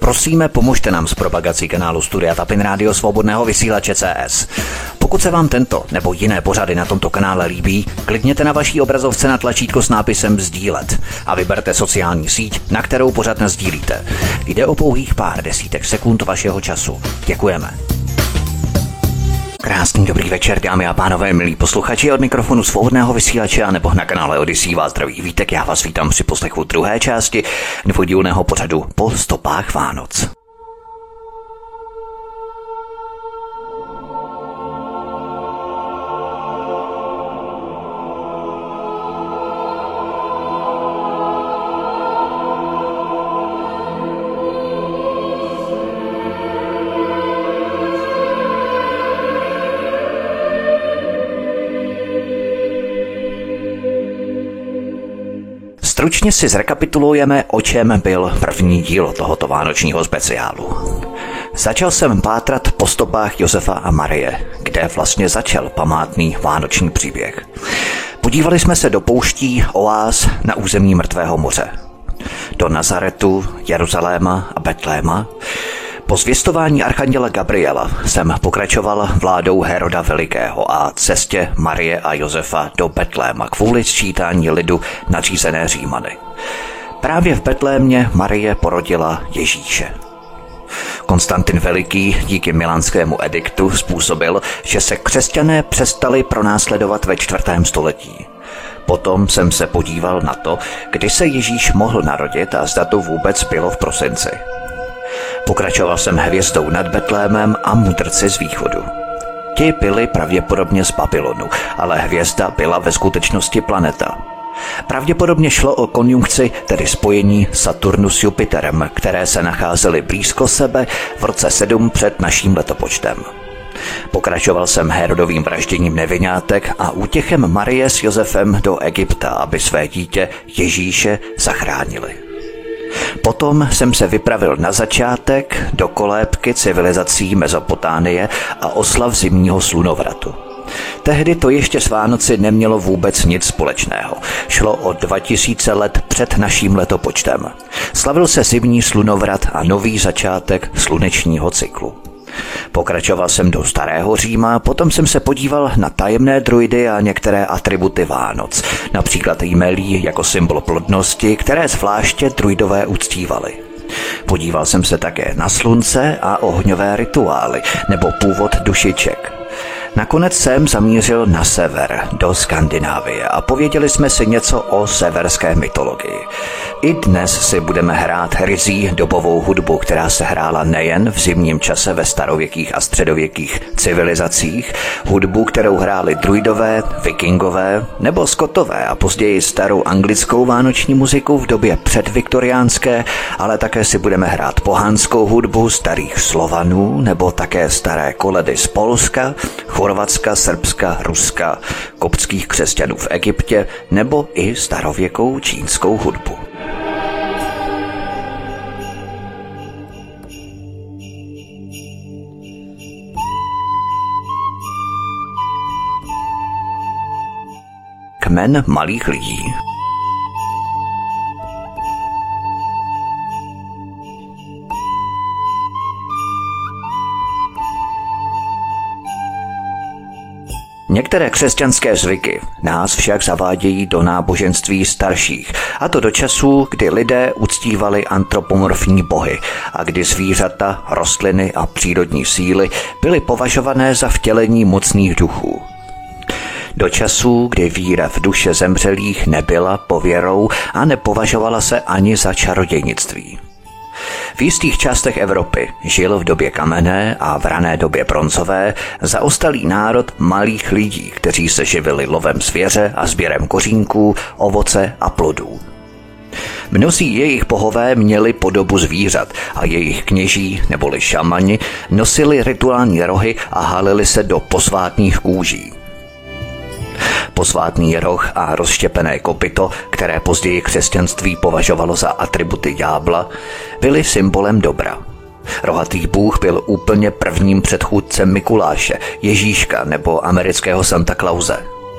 Prosíme, pomožte nám s propagací kanálu Studia Tapin Rádio Svobodného vysílače CS. Pokud se vám tento nebo jiné pořady na tomto kanále líbí, klikněte na vaší obrazovce na tlačítko s nápisem sdílet a vyberte sociální síť, na kterou pořad nasdílíte. Jde o pouhých pár desítek sekund vašeho času. Děkujeme. Krásný dobrý večer, dámy a pánové, milí posluchači, od mikrofonu Svobodného vysílače a nebo na kanále Odyssey vás zdraví Vítek. Já vás vítám při poslechu druhé části dvoudílného pořadu Po stopách Vánoc. Stručně si zrekapitulujeme, o čem byl první díl tohoto vánočního speciálu. Začal jsem pátrat po stopách Josefa a Marie, kde vlastně začal památný vánoční příběh. Podívali jsme se do pouští oáz na území Mrtvého moře. Do Nazaretu, Jeruzaléma a Betléma. Po zvěstování archanděla Gabriela jsem pokračoval vládou Heroda Velikého a cestě Marie a Josefa do Betléma kvůli sčítání lidu nadřízené Římany. Právě v Betlémě Marie porodila Ježíše. Konstantin Veliký díky milánskému ediktu způsobil, že se křesťané přestali pronásledovat ve 4. století. Potom jsem se podíval na to, kdy se Ježíš mohl narodit a zda to vůbec bylo v prosinci. Pokračoval jsem hvězdou nad Betlémem a mudrci z východu. Ti byli pravděpodobně z Babylonu, ale hvězda byla ve skutečnosti planeta. Pravděpodobně šlo o konjunkci, tedy spojení Saturnu s Jupiterem, které se nacházely blízko sebe v roce 7 před naším letopočtem. Pokračoval jsem Herodovým vražděním nevinátek a útěchem Marie s Josefem do Egypta, aby své dítě Ježíše zachránili. Potom jsem se vypravil na začátek do kolébky civilizací Mezopotánie a oslav zimního slunovratu. Tehdy to ještě s Vánoci nemělo vůbec nic společného. Šlo o 2000 let před naším letopočtem. Slavil se zimní slunovrat a nový začátek slunečního cyklu. Pokračoval jsem do Starého Říma, potom jsem se podíval na tajemné druidy a některé atributy Vánoc, například jmelí jako symbol plodnosti, které zvláště druidové uctívali. Podíval jsem se také na slunce a ohňové rituály, nebo původ dušiček. Nakonec jsem zamířil na sever, do Skandinávie a pověděli jsme si něco o severské mytologii. I dnes si budeme hrát ryzí dobovou hudbu, která se hrála nejen v zimním čase ve starověkých a středověkých civilizacích, hudbu, kterou hráli druidové, vikingové nebo skotové a později starou anglickou vánoční muziku v době předviktoriánské, ale také si budeme hrát pohanskou hudbu starých Slovanů nebo také staré koledy z Polska, Chorvatska, Srbska, Ruska, koptských křesťanů v Egyptě nebo i starověkou čínskou hudbu. Kmen malých lidí. Některé křesťanské zvyky nás však zavádějí do náboženství starších, a to do časů, kdy lidé uctívali antropomorfní bohy a kdy zvířata, rostliny a přírodní síly byly považované za vtělení mocných duchů. Do časů, kdy víra v duše zemřelých nebyla pověrou a nepovažovala se ani za čarodějnictví. V jistých částech Evropy žil v době kamenné a v rané době bronzové zaostalý národ malých lidí, kteří se živili lovem zvěře a sběrem kořínků, ovoce a plodů. Mnozí jejich bohové měli podobu zvířat a jejich kněží neboli šamani nosili rituální rohy a halili se do posvátných kůží. Posvátný roh a rozštěpené kopyto, které později křesťanství považovalo za atributy ďábla, byly symbolem dobra. Rohatý bůh byl úplně prvním předchůdcem Mikuláše, Ježíška nebo amerického Santa Clause.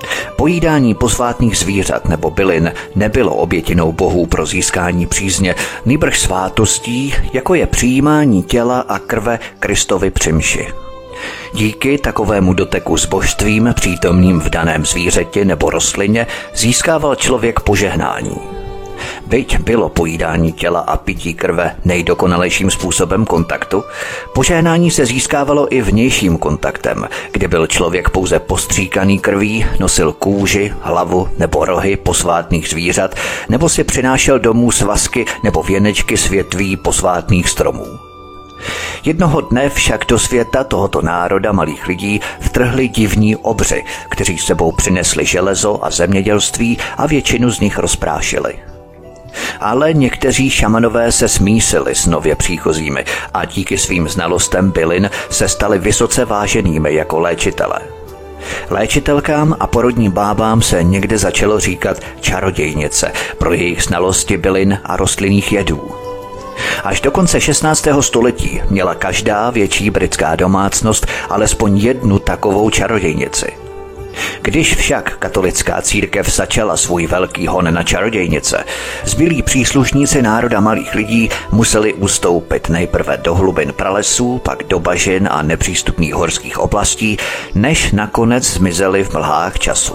Pojídání posvátných zvířat nebo bylin nebylo obětinou bohů pro získání přízně, nýbrž svátostí, jako je přijímání těla a krve Kristovy při mši. Díky takovému doteku s božstvím přítomným v daném zvířeti nebo rostlině získával člověk požehnání. Byť bylo pojídání těla a pití krve nejdokonalejším způsobem kontaktu, požehnání se získávalo i vnějším kontaktem, kdy byl člověk pouze postříkaný krví, nosil kůži, hlavu nebo rohy posvátných zvířat, nebo si přinášel domů svazky nebo věnečky z větví posvátných stromů. Jednoho dne však do světa tohoto národa malých lidí vtrhli divní obři, kteří s sebou přinesli železo a zemědělství a většinu z nich rozprášili. Ale někteří šamanové se smísili s nově příchozími a díky svým znalostem bylin se stali vysoce váženými jako léčitele. Léčitelkám a porodním bábám se někde začalo říkat čarodějnice pro jejich znalosti bylin a rostlinných jedů. Až do konce 16. století měla každá větší britská domácnost alespoň jednu takovou čarodějnici. Když však katolická církev začala svůj velký hon na čarodějnice, zbylí příslušníci národa malých lidí museli ustoupit nejprve do hlubin pralesů, pak do bažin a nepřístupných horských oblastí, než nakonec zmizeli v mlhách času.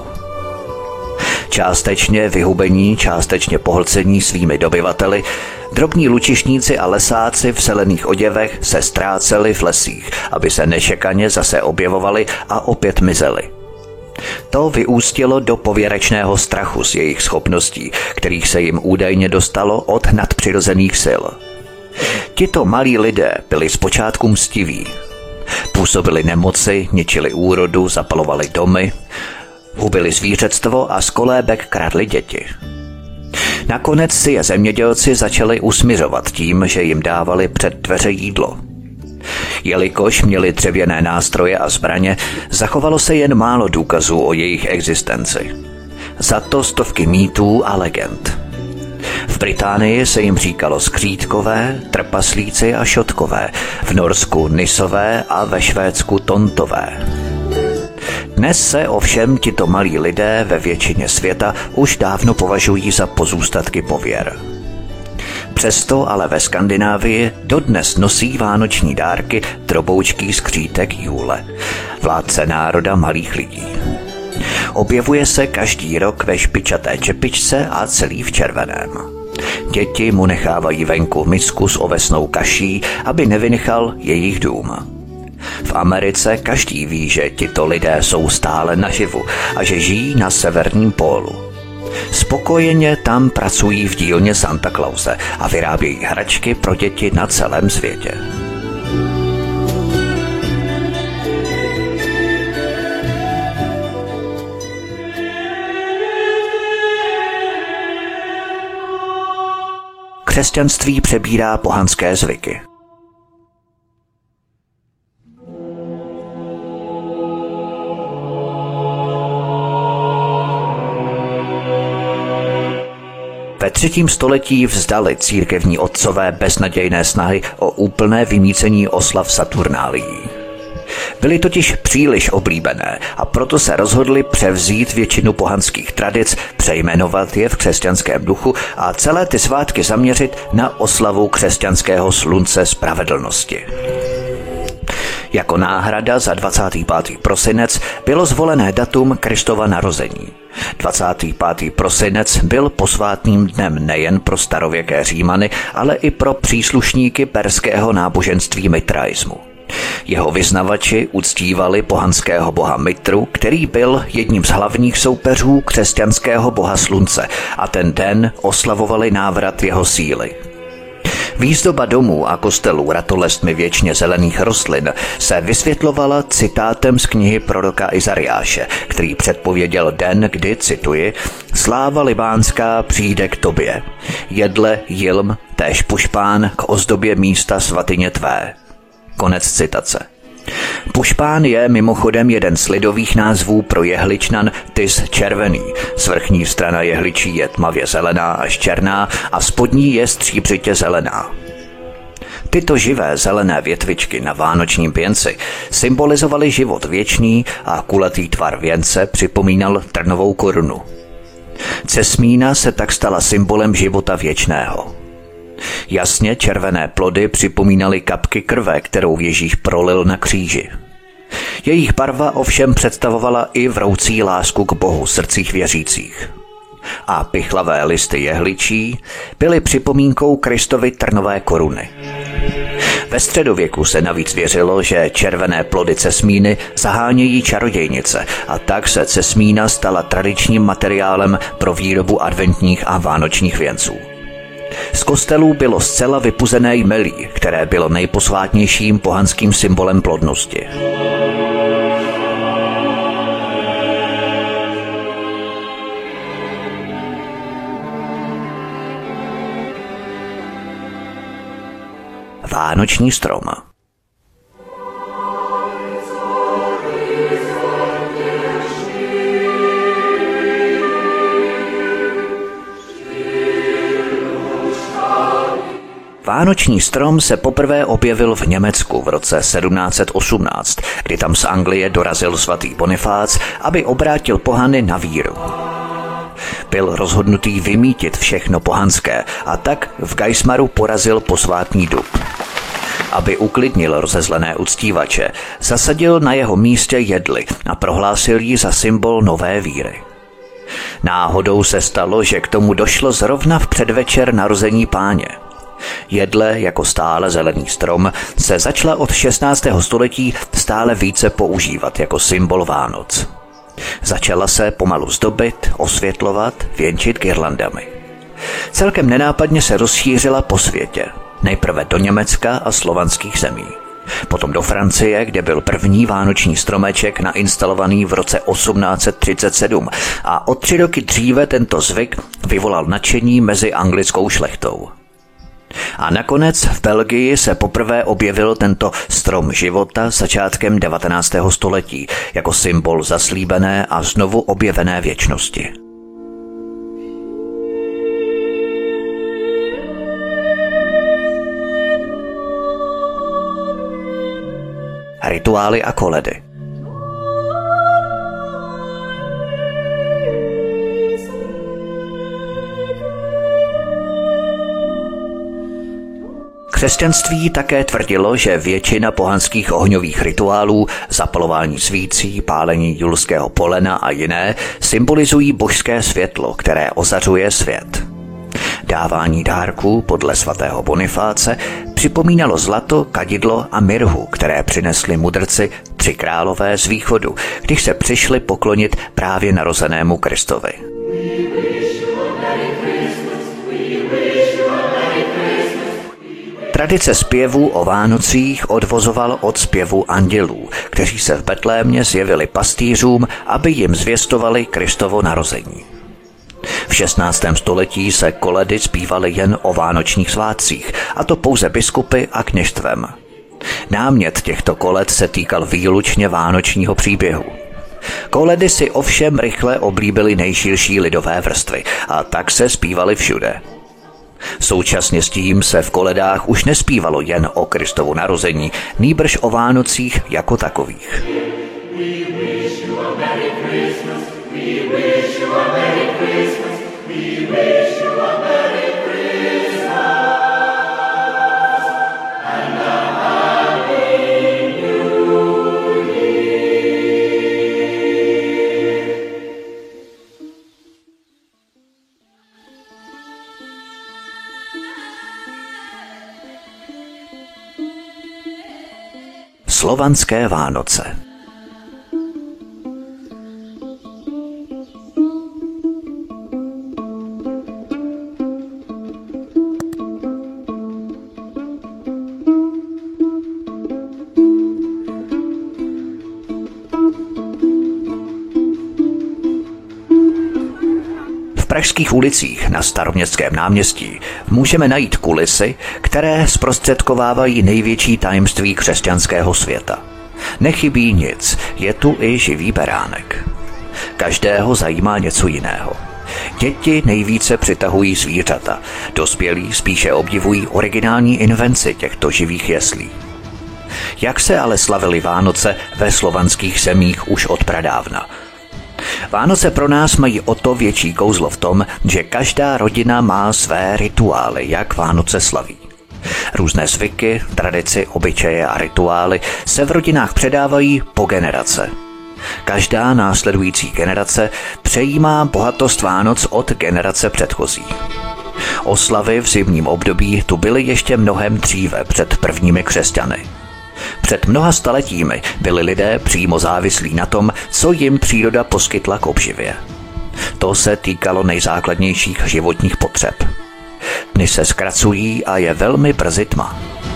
Částečně vyhubení, částečně pohlcení svými dobyvateli, drobní lučišníci a lesáci v selených oděvech se ztráceli v lesích, aby se nečekaně zase objevovali a opět mizeli. To vyústilo do pověrečného strachu z jejich schopností, kterých se jim údajně dostalo od nadpřirozených sil. Tito malí lidé byli zpočátku mstiví. Působili nemoci, ničili úrodu, zapalovali domy, hubili zvířectvo a z kolébek kradli děti. Nakonec si je zemědělci začali usmiřovat tím, že jim dávali před dveře jídlo. Jelikož měli dřevěné nástroje a zbraně, zachovalo se jen málo důkazů o jejich existenci. Za to stovky mýtů a legend. V Británii se jim říkalo skřítkové, trpaslíci a šotkové, v Norsku nisové a ve Švédsku tontové. Dnes se ovšem tito malí lidé ve většině světa už dávno považují za pozůstatky pověr. Přesto ale ve Skandinávii dodnes nosí vánoční dárky droboučký skřítek Jule, vládce národa malých lidí. Objevuje se každý rok ve špičaté čepičce a celý v červeném. Děti mu nechávají venku misku s ovesnou kaší, aby nevynechal jejich dům. V Americe každý ví, že tito lidé jsou stále naživu a že žijí na severním pólu. Spokojeně tam pracují v dílně Santa Clause a vyrábějí hračky pro děti na celém světě. Křesťanství přebírá pohanské zvyky. Ve 3. století vzdali církevní otcové beznadějné snahy o úplné vymýcení oslav Saturnálií. Byly totiž příliš oblíbené a proto se rozhodli převzít většinu pohanských tradic, přejmenovat je v křesťanském duchu a celé ty svátky zaměřit na oslavu křesťanského slunce spravedlnosti. Jako náhrada za 25. prosinec bylo zvolené datum Kristova narození. 25. prosinec byl posvátným dnem nejen pro starověké Římany, ale i pro příslušníky perského náboženství mitraismu. Jeho vyznavači uctívali pohanského boha Mitru, který byl jedním z hlavních soupeřů křesťanského boha slunce a ten den oslavovali návrat jeho síly. Výzdoba domů a kostelů ratolestmi věčně zelených rostlin se vysvětlovala citátem z knihy proroka Izariáše, který předpověděl den, kdy, cituji, sláva libánská přijde k tobě. Jedle, jilm, též pušpán k ozdobě místa svatyně tvé. Konec citace. Pušpán je mimochodem jeden z lidových názvů pro jehličnan tys červený. Svrchní strana jehličí je tmavě zelená až černá a spodní je stříbřitě zelená. Tyto živé zelené větvičky na vánočním věnci symbolizovaly život věčný a kulatý tvar věnce připomínal trnovou korunu. Cesmína se tak stala symbolem života věčného. Jasně červené plody připomínaly kapky krve, kterou Ježíš prolil na kříži. Jejich barva ovšem představovala i vroucí lásku k Bohu v srdcích věřících. A pichlavé listy jehličí byly připomínkou Kristovy trnové koruny. Ve středověku se navíc věřilo, že červené plody cesmíny zahánějí čarodějnice a tak se cesmína stala tradičním materiálem pro výrobu adventních a vánočních věnců. Z kostelů bylo zcela vypuzené jmelí, které bylo nejposvátnějším pohanským symbolem plodnosti. Vánoční strom. Vánoční strom se poprvé objevil v Německu v roce 1718, kdy tam z Anglie dorazil svatý Bonifác, aby obrátil pohany na víru. Byl rozhodnutý vymítit všechno pohanské a tak v Geismaru porazil posvátný dub. Aby uklidnil rozezlené uctívače, zasadil na jeho místě jedli a prohlásil ji za symbol nové víry. Náhodou se stalo, že k tomu došlo zrovna v předvečer narození Páně. Jedle jako stále zelený strom se začala od 16. století stále více používat jako symbol Vánoc. Začala se pomalu zdobit, osvětlovat, věnčit girlandami. Celkem nenápadně se rozšířila po světě. Nejprve do Německa a slovanských zemí. Potom do Francie, kde byl první vánoční stromeček nainstalovaný v roce 1837 a o 3 roky dříve tento zvyk vyvolal nadšení mezi anglickou šlechtou. A nakonec v Belgii se poprvé objevil tento strom života začátkem 19. století jako symbol zaslíbené a znovu objevené věčnosti. Rituály a koledy. Křesťanství také tvrdilo, že většina pohanských ohňových rituálů, zapalování svící, pálení julského polena a jiné, symbolizují božské světlo, které ozařuje svět. Dávání dárků podle svatého Bonifáce připomínalo zlato, kadidlo a mirhu, které přinesli mudrci 3 králové z východu, když se přišli poklonit právě narozenému Kristovi. Tradice zpěvů o Vánocích odvozoval od zpěvu andělů, kteří se v Betlémě zjevili pastýřům, aby jim zvěstovali Kristovo narození. V 16. století se koledy zpívaly jen o vánočních svátcích, a to pouze biskupy a kněžstvem. Námět těchto koled se týkal výlučně vánočního příběhu. Koledy si ovšem rychle oblíbily nejširší lidové vrstvy a tak se zpívaly všude. Současně s tím se v koledách už nespívalo jen o Kristovu narození, nýbrž o Vánocích jako takových. Slovanské Vánoce. V pražských ulicích na Staroměstském náměstí můžeme najít kulisy, které zprostředkovávají největší tajemství křesťanského světa. Nechybí nic, je tu i živý beránek. Každého zajímá něco jiného. Děti nejvíce přitahují zvířata, dospělí spíše obdivují originální invenci těchto živých jeslí. Jak se ale slavily Vánoce ve slovanských zemích už od pradávna? Vánoce pro nás mají o to větší kouzlo v tom, že každá rodina má své rituály, jak Vánoce slaví. Různé zvyky, tradice, obyčeje a rituály se v rodinách předávají po generace. Každá následující generace přejímá bohatost Vánoc od generace předchozí. Oslavy v zimním období tu byly ještě mnohem dříve před prvními křesťany. Před mnoha staletími byli lidé přímo závislí na tom, co jim příroda poskytla k obživě. To se týkalo nejzákladnějších životních potřeb. Dny se zkracují a je velmi brzy tma.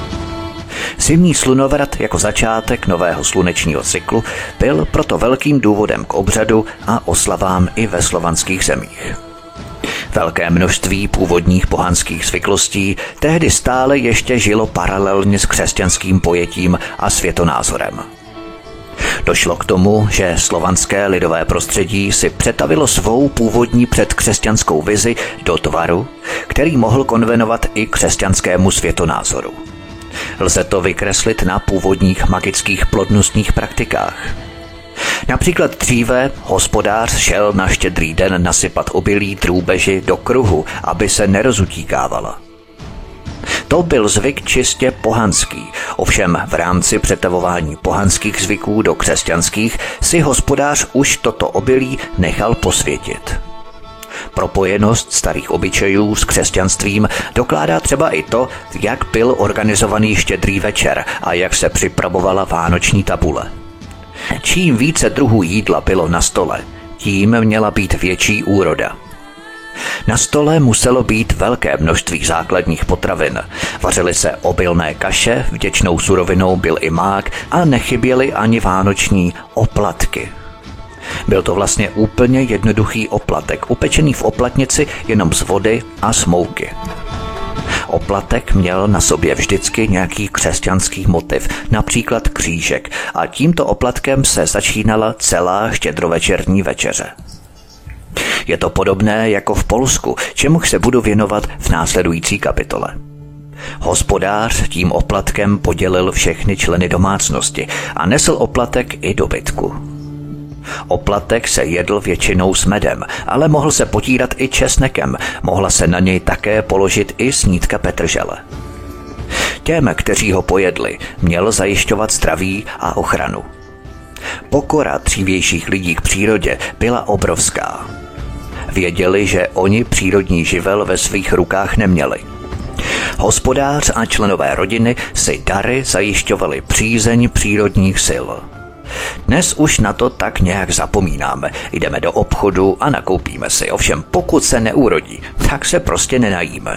Zimní slunovrat jako začátek nového slunečního cyklu byl proto velkým důvodem k obřadu a oslavám i ve slovanských zemích. Velké množství původních pohanských zvyklostí tehdy stále ještě žilo paralelně s křesťanským pojetím a světonázorem. Došlo k tomu, že slovanské lidové prostředí si přetavilo svou původní předkřesťanskou vizi do tvaru, který mohl konvenovat i křesťanskému světonázoru. Lze to vykreslit na původních magických plodnostních praktikách. Například dříve hospodář šel na Štědrý den nasypat obilí drůbeži do kruhu, aby se nerozutíkávala. To byl zvyk čistě pohanský, ovšem v rámci přetavování pohanských zvyků do křesťanských si hospodář už toto obilí nechal posvětit. Propojenost starých obyčejů s křesťanstvím dokládá třeba i to, jak byl organizovaný Štědrý večer a jak se připravovala vánoční tabule. Čím více druhů jídla bylo na stole, tím měla být větší úroda. Na stole muselo být velké množství základních potravin. Vařily se obilné kaše, vděčnou surovinou byl i mák a nechyběly ani vánoční oplatky. Byl to vlastně úplně jednoduchý oplatek, upečený v oplatnici jenom z vody a z mouky. Oplatek měl na sobě vždycky nějaký křesťanský motiv, například křížek, a tímto oplatkem se začínala celá štědrovečerní večeře. Je to podobné jako v Polsku, čemuž se budu věnovat v následující kapitole. Hospodář tím oplatkem podělil všechny členy domácnosti a nesl oplatek i dobytku. Oplatek se jedl většinou s medem, ale mohl se potírat i česnekem, mohla se na něj také položit i snídka petržele. Těm, kteří ho pojedli, měl zajišťovat zdraví a ochranu. Pokora dřívějších lidí k přírodě byla obrovská. Věděli, že oni přírodní živel ve svých rukách neměli. Hospodář a členové rodiny si dary zajišťovali přízeň přírodních sil. Dnes už na to tak nějak zapomínáme. Jdeme do obchodu a nakoupíme si. Ovšem pokud se neurodí, tak se prostě nenajíme.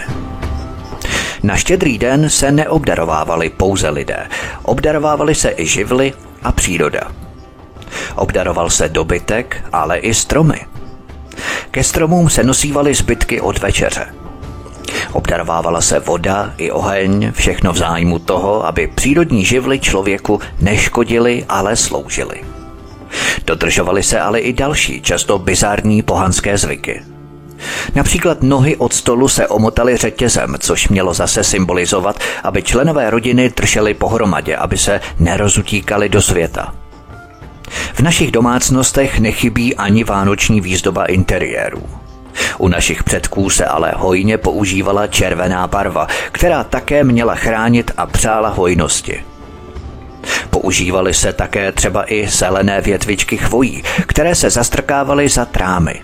Na Štědrý den se neobdarovávali pouze lidé. Obdarovávali se i živly a příroda. Obdaroval se dobytek, ale i stromy. Ke stromům se nosívaly zbytky od večeře. Obdarovávala se voda i oheň, všechno v zájmu toho, aby přírodní živly člověku neškodily, ale sloužily. Dodržovaly se ale i další, často bizarní pohanské zvyky. Například nohy od stolu se omotaly řetězem, což mělo zase symbolizovat, aby členové rodiny drželi pohromadě, aby se nerozutíkali do světa. V našich domácnostech nechybí ani vánoční výzdoba interiérů. U našich předků se ale hojně používala červená barva, která také měla chránit a přála hojnosti. Používaly se také třeba i zelené větvičky chvojí, které se zastrkávaly za trámy.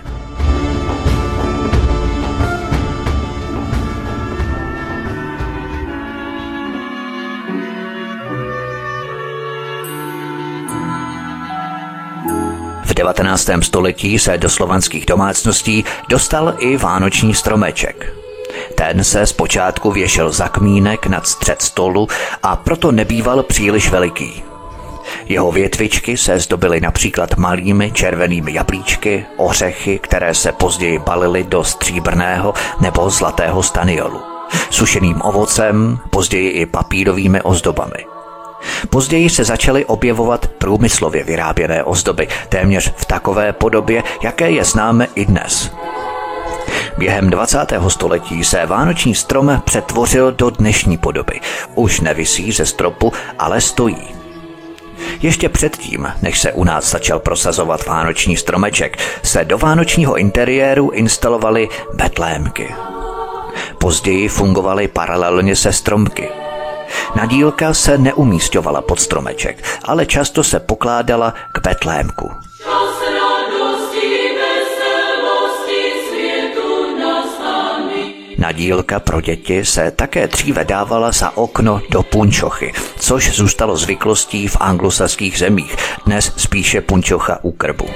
V 19. století se do slovanských domácností dostal i vánoční stromeček. Ten se zpočátku věšel za kmínek nad střed stolu a proto nebýval příliš veliký. Jeho větvičky se zdobily například malými červenými jablíčky, ořechy, které se později balily do stříbrného nebo zlatého staniolu, sušeným ovocem, později i papírovými ozdobami. Později se začaly objevovat průmyslově vyráběné ozdoby, téměř v takové podobě, jaké je známe i dnes. Během 20. století se vánoční strom přetvořil do dnešní podoby. Už nevisí ze stropu, ale stojí. Ještě předtím, než se u nás začal prosazovat vánoční stromeček, se do vánočního interiéru instalovaly betlémky. Později fungovaly paralelně se stromky. Nadílka se neumísťovala pod stromeček, ale často se pokládala k betlémku. Nadílka pro děti se také dříve dávala za okno do punčochy, což zůstalo zvyklostí v anglosaských zemích, dnes spíše punčocha u krbu.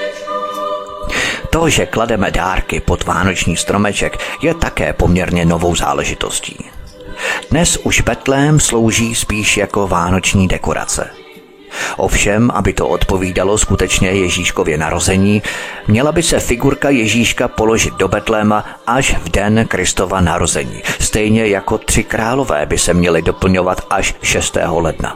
To, že klademe dárky pod vánoční stromeček, je také poměrně novou záležitostí. Dnes už betlém slouží spíš jako vánoční dekorace. Ovšem, aby to odpovídalo skutečně Ježíškově narození, měla by se figurka Ježíška položit do betléma až v den Kristova narození. Stejně jako 3 králové by se měly doplňovat až 6. ledna.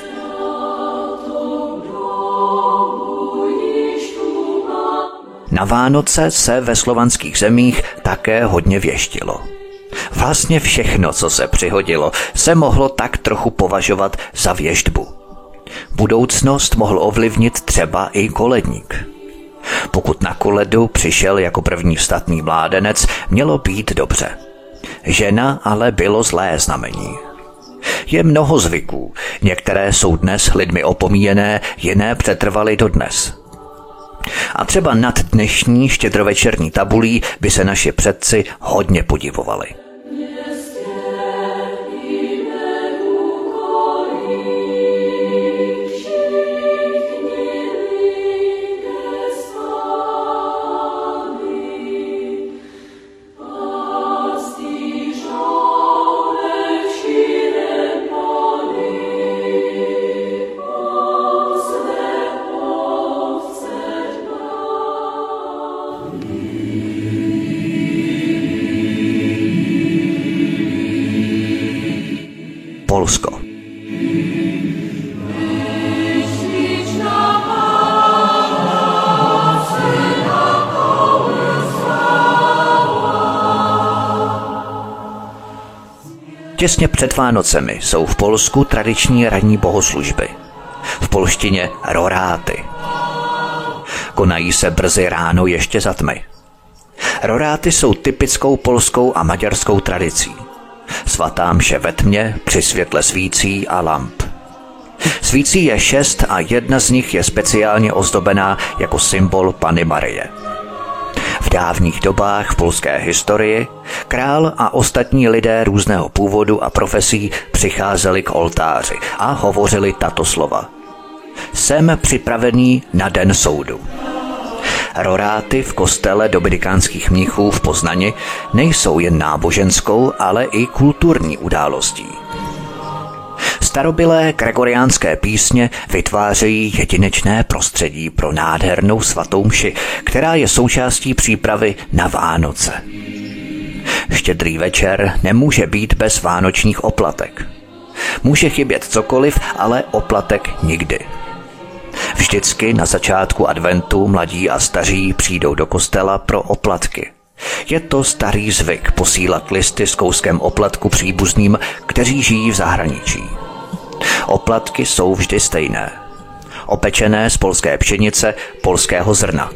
Na Vánoce se ve slovanských zemích také hodně věštilo. Vlastně všechno, co se přihodilo, se mohlo tak trochu považovat za věštbu. Budoucnost mohl ovlivnit třeba i koledník. Pokud na koledu přišel jako první statný mládenec, mělo být dobře. Žena ale bylo zlé znamení. Je mnoho zvyků, některé jsou dnes lidmi opomíjené, jiné přetrvaly dodnes. A třeba nad dnešní štědrovečerní tabulí by se naši předci hodně podivovali. Polsko. Těsně před Vánocemi jsou v Polsku tradiční ranní bohoslužby. V polštině roráty. Konají se brzy ráno ještě za tmy. Roráty jsou typickou polskou a maďarskou tradicí. Svatá mše ve tmě při světle svící a lamp. Svící je 6 a jedna z nich je speciálně ozdobená jako symbol Panny Marie. V dávných dobách v polské historii král a ostatní lidé různého původu a profesí přicházeli k oltáři a hovořili tato slova. Jsem připravený na den soudu. Roráty v kostele dominikánských mnichů v Poznani nejsou jen náboženskou, ale i kulturní událostí. Starobylé gregoriánské písně vytvářejí jedinečné prostředí pro nádhernou svatou mši, která je součástí přípravy na Vánoce. Štědrý večer nemůže být bez vánočních oplatek. Může chybět cokoliv, ale oplatek nikdy. Vždycky na začátku adventu mladí a staří přijdou do kostela pro oplatky. Je to starý zvyk posílat listy s kouskem oplatku příbuzným, kteří žijí v zahraničí. Oplatky jsou vždy stejné. Opečené z polské pšenice, polského zrna.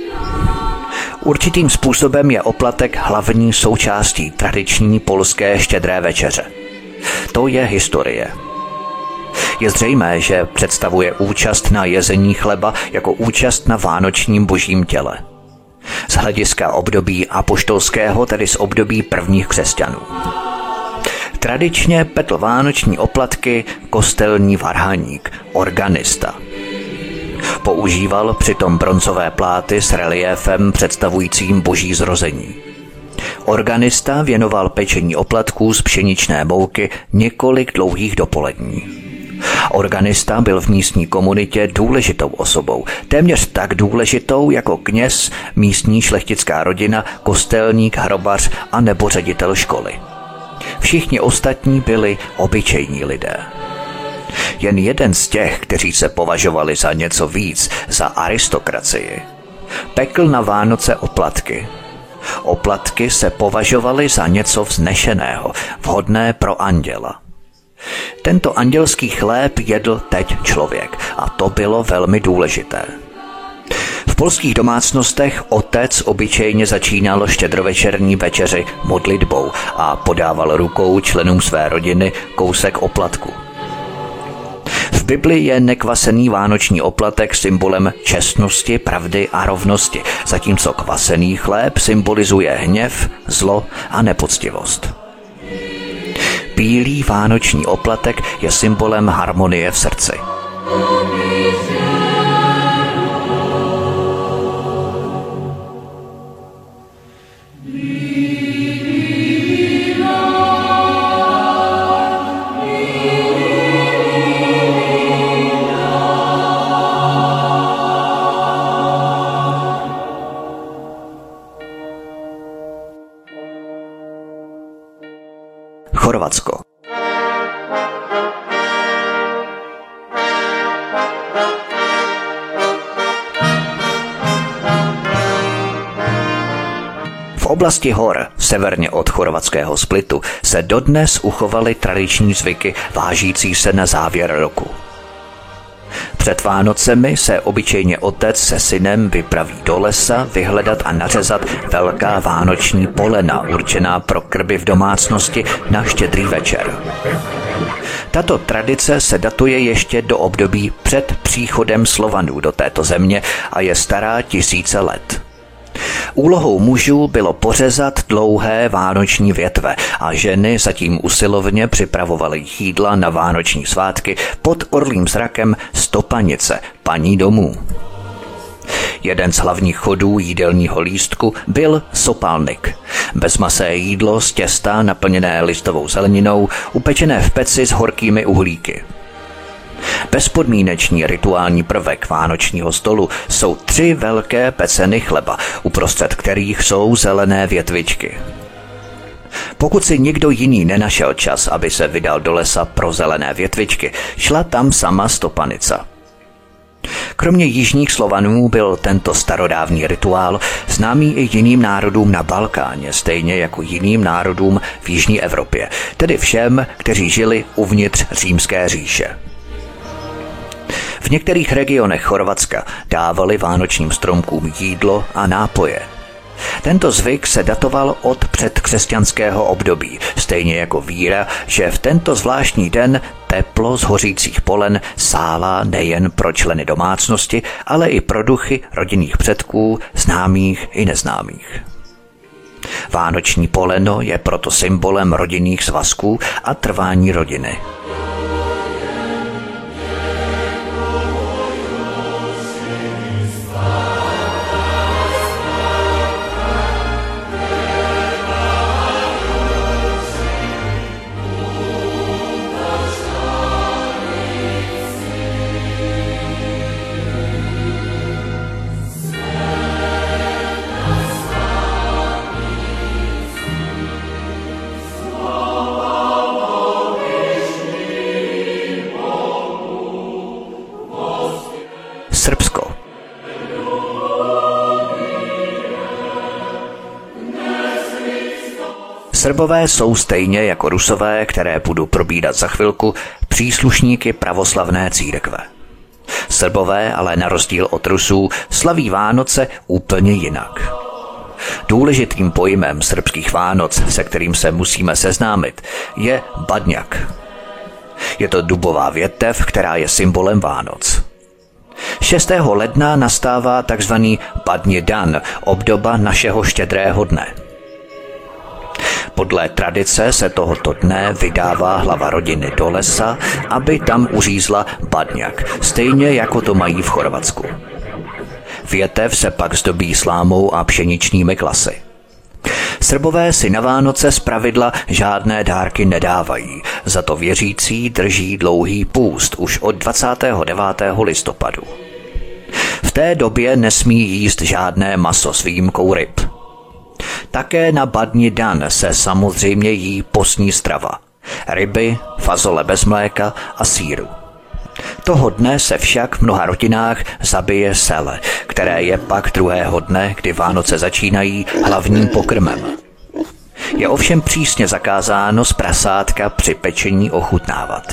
Určitým způsobem je oplatek hlavní součástí tradiční polské štědré večeře. To je historie. Je zřejmé, že představuje účast na jezení chleba jako účast na vánočním božím těle. Z hlediska období apoštolského, tedy z období prvních křesťanů. Tradičně petl vánoční oplatky kostelní varhaník, organista. Používal přitom bronzové pláty s reliéfem představujícím boží zrození. Organista věnoval pečení oplatků z pšeničné mouky několik dlouhých dopolední. Organista byl v místní komunitě důležitou osobou, téměř tak důležitou jako kněz, místní šlechtická rodina, kostelník, hrobař a nebo ředitel školy. Všichni ostatní byli obyčejní lidé. Jen jeden z těch, kteří se považovali za něco víc, za aristokracii, pekl na Vánoce oplatky. Oplatky se považovaly za něco vznešeného, vhodné pro anděla. Tento andělský chléb jedl teď člověk a to bylo velmi důležité. V polských domácnostech otec obyčejně začínal štědrovečerní večeři modlitbou a podával rukou členům své rodiny kousek oplatku. V Bibli je nekvasený vánoční oplatek symbolem čestnosti, pravdy a rovnosti, zatímco kvasený chléb symbolizuje hněv, zlo a nepoctivost. Bílý vánoční oplatek je symbolem harmonie v srdci. Chorvatsko. V oblasti hor, severně od chorvatského Splitu, se dodnes uchovaly tradiční zvyky vážící se na závěr roku. Před Vánocemi se obyčejně otec se synem vypraví do lesa vyhledat a nařezat velká vánoční polena určená pro krby v domácnosti na Štědrý večer. Tato tradice se datuje ještě do období před příchodem Slovanů do této země a je stará tisíce let. Úlohou mužů bylo pořezat dlouhé vánoční větve a ženy zatím usilovně připravovaly jídla na vánoční svátky pod orlým zrakem stopanice, paní domů. Jeden z hlavních chodů jídelního lístku byl sopalnik. Bezmasé jídlo z těsta naplněné listovou zeleninou, upečené v peci s horkými uhlíky. Bezpodmínečný rituální prvek vánočního stolu jsou 3 velké peceny chleba, uprostřed kterých jsou zelené větvičky. Pokud si nikdo jiný nenašel čas, aby se vydal do lesa pro zelené větvičky, šla tam sama stopanica. Kromě jižních Slovanů byl tento starodávný rituál známý i jiným národům na Balkáně, stejně jako jiným národům v jižní Evropě, tedy všem, kteří žili uvnitř Římské říše. V některých regionech Chorvatska dávali vánočním stromkům jídlo a nápoje. Tento zvyk se datoval od předkřesťanského období, stejně jako víra, že v tento zvláštní den teplo z hořících polen sálá nejen pro členy domácnosti, ale i pro duchy rodinných předků, známých i neznámých. Vánoční poleno je proto symbolem rodinných svazků a trvání rodiny. Srbsko. Srbové jsou stejně jako Rusové, které budu probídat za chvilku, příslušníky pravoslavné církve. Srbové ale na rozdíl od Rusů slaví Vánoce úplně jinak. Důležitým pojmem srbských Vánoc, se kterým se musíme seznámit, je badňak. Je to dubová větev, která je symbolem Vánoc. 6. ledna nastává tzv. Badnji dan, obdoba našeho štědrého dne. Podle tradice se tohoto dne vydává hlava rodiny do lesa, aby tam uřízla badňak, stejně jako to mají v Chorvatsku. Větev se pak zdobí slámou a pšeničnými klasy. Srbové si na Vánoce zpravidla žádné dárky nedávají, za to věřící drží dlouhý půst už od 29. listopadu. V té době nesmí jíst žádné maso s výjimkou ryb. Také na Badnji dan se samozřejmě jí postní strava. Ryby, fazole bez mléka a sýru. Toho dne se však v mnoha rodinách zabije sele, které je pak druhého dne, kdy Vánoce začínají, hlavním pokrmem. Je ovšem přísně zakázáno z prasátka při pečení ochutnávat.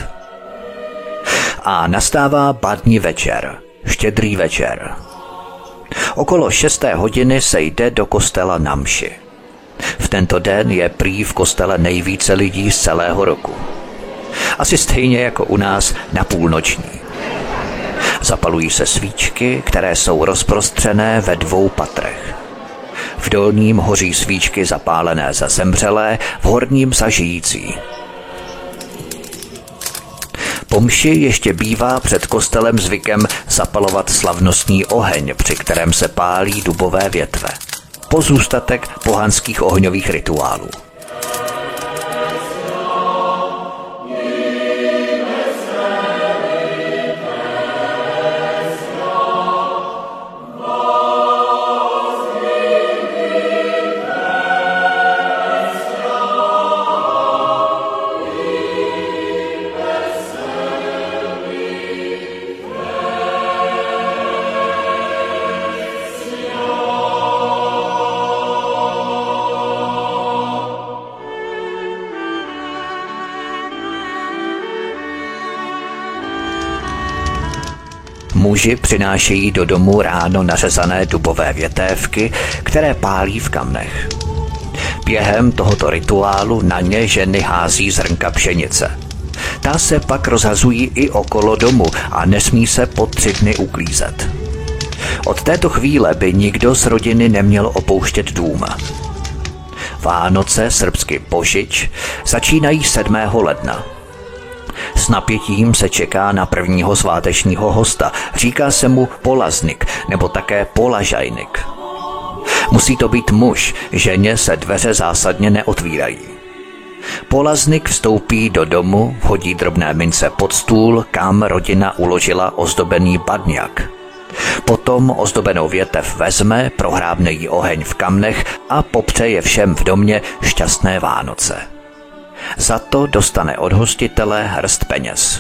A nastává badní večer, štědrý večer. Okolo 6. hodiny se jde do kostela na mši. V tento den je prý v kostele nejvíce lidí z celého roku. Asi stejně jako u nás na půlnoční. Zapalují se svíčky, které jsou rozprostřené ve 2 patrech. V dolním hoří svíčky zapálené za zemřelé, v horním za žijící. Po mši ještě bývá před kostelem zvykem zapalovat slavnostní oheň, při kterém se pálí dubové větve. Pozůstatek pohanských ohňových rituálů. Muži přinášejí do domu ráno nařezané dubové větévky, které pálí v kamnech. Během tohoto rituálu na ně ženy hází zrnka pšenice. Ta se pak rozhazují i okolo domu a nesmí se po 3 dny uklízet. Od této chvíle by nikdo z rodiny neměl opouštět dům. Vánoce, srbsky Božič, začínají 7. ledna. S napětím se čeká na prvního svátečního hosta. Říká se mu polaznik nebo také polažajnik. Musí to být muž, ženě se dveře zásadně neotvírají. Polaznik vstoupí do domu, hodí drobné mince pod stůl, kam rodina uložila ozdobený badňak. Potom ozdobenou větev vezme, prohrábne jí oheň v kamnech a popřeje všem v domě šťastné Vánoce. Za to dostane od hostitele hrst peněz.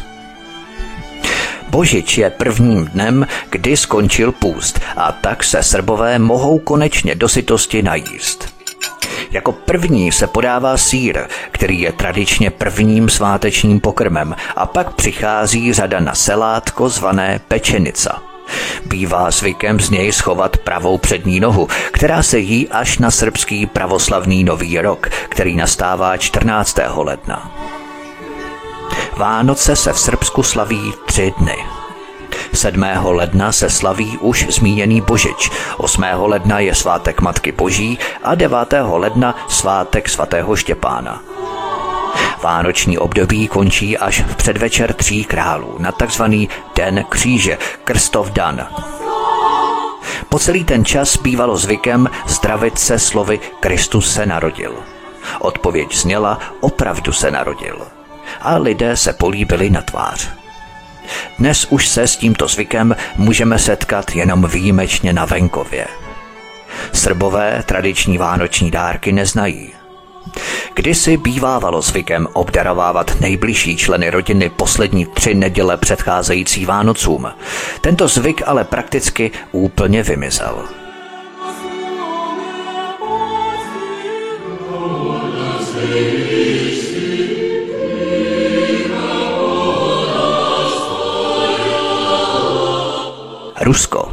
Božič je prvním dnem, kdy skončil půst, a tak se Srbové mohou konečně do sytosti najíst. Jako první se podává sýr, který je tradičně prvním svátečním pokrmem, a pak přichází řada na selátko zvané pečenica. Bývá zvykem z něj schovat pravou přední nohu, která se jí až na srbský pravoslavný nový rok, který nastává 14. ledna. Vánoce se v Srbsku slaví 3 dny. 7. ledna se slaví už zmíněný Božič, 8. ledna je svátek Matky Boží a 9. ledna svátek svatého Štěpána. Vánoční období končí až v předvečer 3 králů na takzvaný Den kříže, Krstov dan. Po celý ten čas bývalo zvykem zdravit se slovy Kristus se narodil. Odpověď zněla opravdu se narodil. A lidé se políbili na tvář. Dnes už se s tímto zvykem můžeme setkat jenom výjimečně na venkově. Srbové tradiční vánoční dárky neznají. Kdysi bývávalo zvykem obdarovávat nejbližší členy rodiny poslední 3 neděle předcházející Vánocům. Tento zvyk ale prakticky úplně vymizel. Rusko.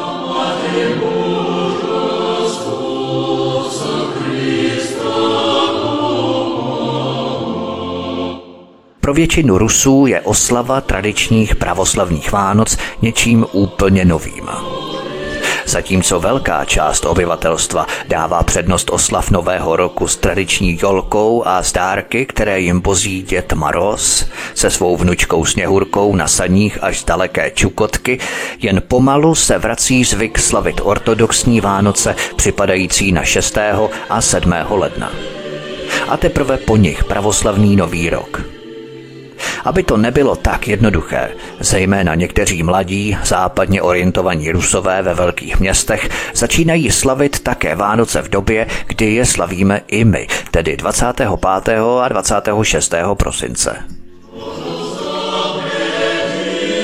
Pro většinu Rusů je oslava tradičních pravoslavních Vánoc něčím úplně novým. Zatímco velká část obyvatelstva dává přednost oslav Nového roku s tradiční jolkou a s dárky, které jim vozí děd Maroz se svou vnučkou Sněhurkou na saních až z daleké Čukotky, jen pomalu se vrací zvyk slavit ortodoxní Vánoce připadající na 6. a 7. ledna. A teprve po nich pravoslavný Nový rok. Aby to nebylo tak jednoduché, zejména někteří mladí, západně orientovaní Rusové ve velkých městech začínají slavit také Vánoce v době, kdy je slavíme i my, tedy 25. a 26. prosince.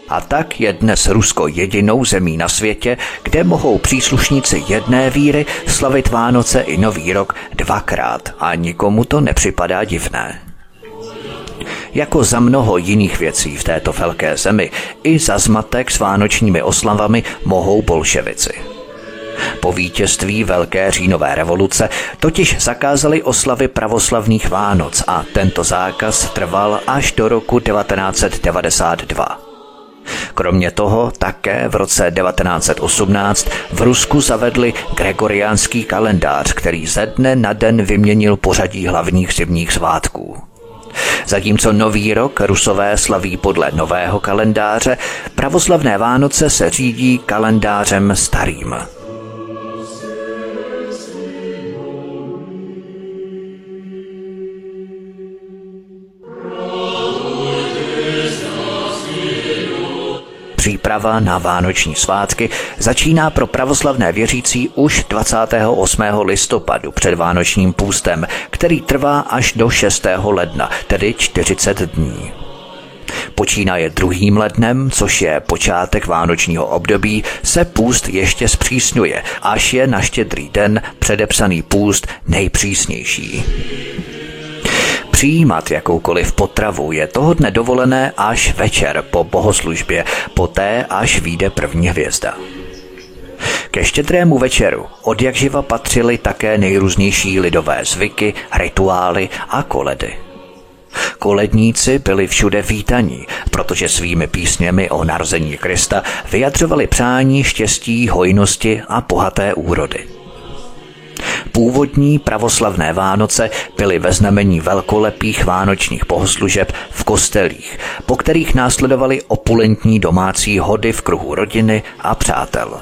A tak je dnes Rusko jedinou zemí na světě, kde mohou příslušníci jedné víry slavit Vánoce i Nový rok dvakrát a nikomu to nepřipadá divné. Jako za mnoho jiných věcí v této velké zemi, i za zmatek s vánočními oslavami mohou bolševici. Po vítězství Velké říjnové revoluce totiž zakázali oslavy pravoslavných Vánoc a tento zákaz trval až do roku 1992. Kromě toho také v roce 1918 v Rusku zavedli gregoriánský kalendář, který ze dne na den vyměnil pořadí hlavních zimních svátků. Zatímco Nový rok Rusové slaví podle nového kalendáře, pravoslavné Vánoce se řídí kalendářem starým. Příprava na vánoční svátky začíná pro pravoslavné věřící už 28. listopadu před vánočním půstem, který trvá až do 6. ledna, tedy 40 dní. Počínaje 2. lednem, což je počátek vánočního období, se půst ještě zpřísňuje, až je na Štědrý den předepsaný půst nejpřísnější. Přijímat jakoukoliv potravu je toho dne dovolené až večer po bohoslužbě, poté až vyjde první hvězda. Ke Štědrému večeru odjakživa patřily také nejrůznější lidové zvyky, rituály a koledy. Koledníci byli všude vítaní, protože svými písněmi o narození Krista vyjadřovali přání štěstí, hojnosti a bohaté úrody. Původní pravoslavné Vánoce byly ve znamení velkolepých vánočních bohoslužeb v kostelích, po kterých následovaly opulentní domácí hody v kruhu rodiny a přátel.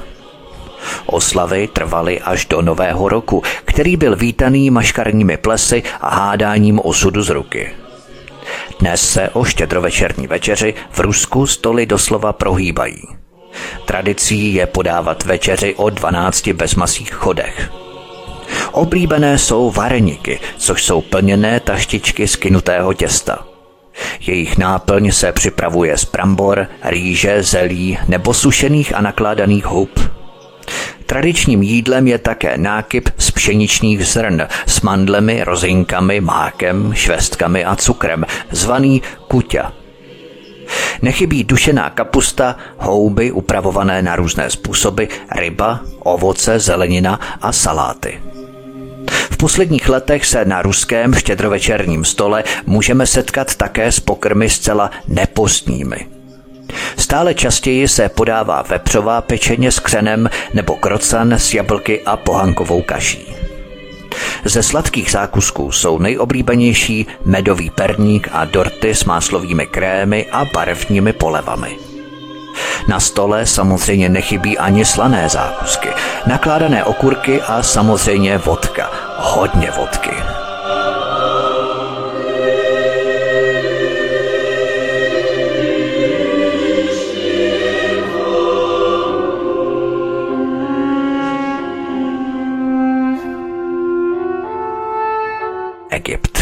Oslavy trvaly až do Nového roku, který byl vítaný maškarními plesy a hádáním osudu z ruky. Dnes se o štědrovečerní večeři v Rusku stoly doslova prohýbají. Tradicí je podávat večeři o 12 bezmasých chodech. Oblíbené jsou vareniky, což jsou plněné taštičky z kynutého těsta. Jejich náplň se připravuje z brambor, rýže, zelí nebo sušených a nakládaných hub. Tradičním jídlem je také nákyp z pšeničných zrn s mandlemi, rozinkami, mákem, švestkami a cukrem, zvaný kuťa. Nechybí dušená kapusta, houby upravované na různé způsoby, ryba, ovoce, zelenina a saláty. V posledních letech se na ruském štědrovečerním stole můžeme setkat také s pokrmy zcela nepostními. Stále častěji se podává vepřová pečeně s křenem nebo krocan s jablky a pohankovou kaší. Ze sladkých zákusků jsou nejoblíbenější medový perník a dorty s máslovými krémy a barevnými polevami. Na stole samozřejmě nechybí ani slané zákusky, nakládané okurky a samozřejmě vodka. Hodně vodky. Egypt.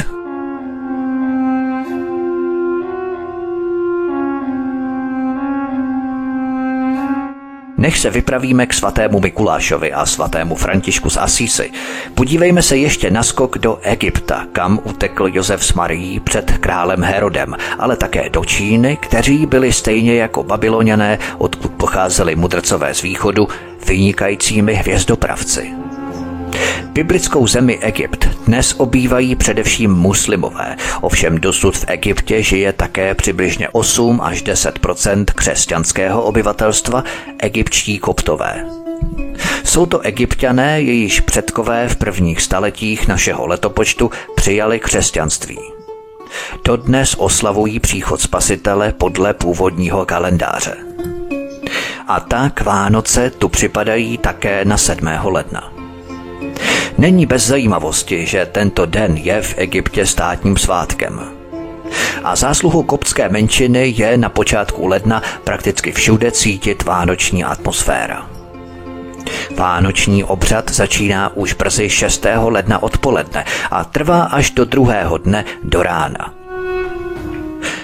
Než se vypravíme k svatému Mikulášovi a svatému Františku z Asísy, podívejme se ještě na skok do Egypta, kam utekl Josef s Marií před králem Herodem, ale také do Číny, kteří byli stejně jako Babyloniané, odkud pocházeli mudrcové z východu, vynikajícími hvězdopravci. Biblickou zemi Egypt dnes obývají především muslimové, ovšem dosud v Egyptě žije také přibližně 8 až 10% křesťanského obyvatelstva, egyptští koptové. Jsou to Egypťané, jejichž předkové v prvních staletích našeho letopočtu přijali křesťanství. Dodnes oslavují příchod Spasitele podle původního kalendáře. A tak Vánoce tu připadají také na 7. ledna. Není bez zajímavosti, že tento den je v Egyptě státním svátkem. A zásluhou koptské menšiny je na počátku ledna prakticky všude cítit vánoční atmosféra. Vánoční obřad začíná už brzy 6. ledna odpoledne a trvá až do 2. dne do rána.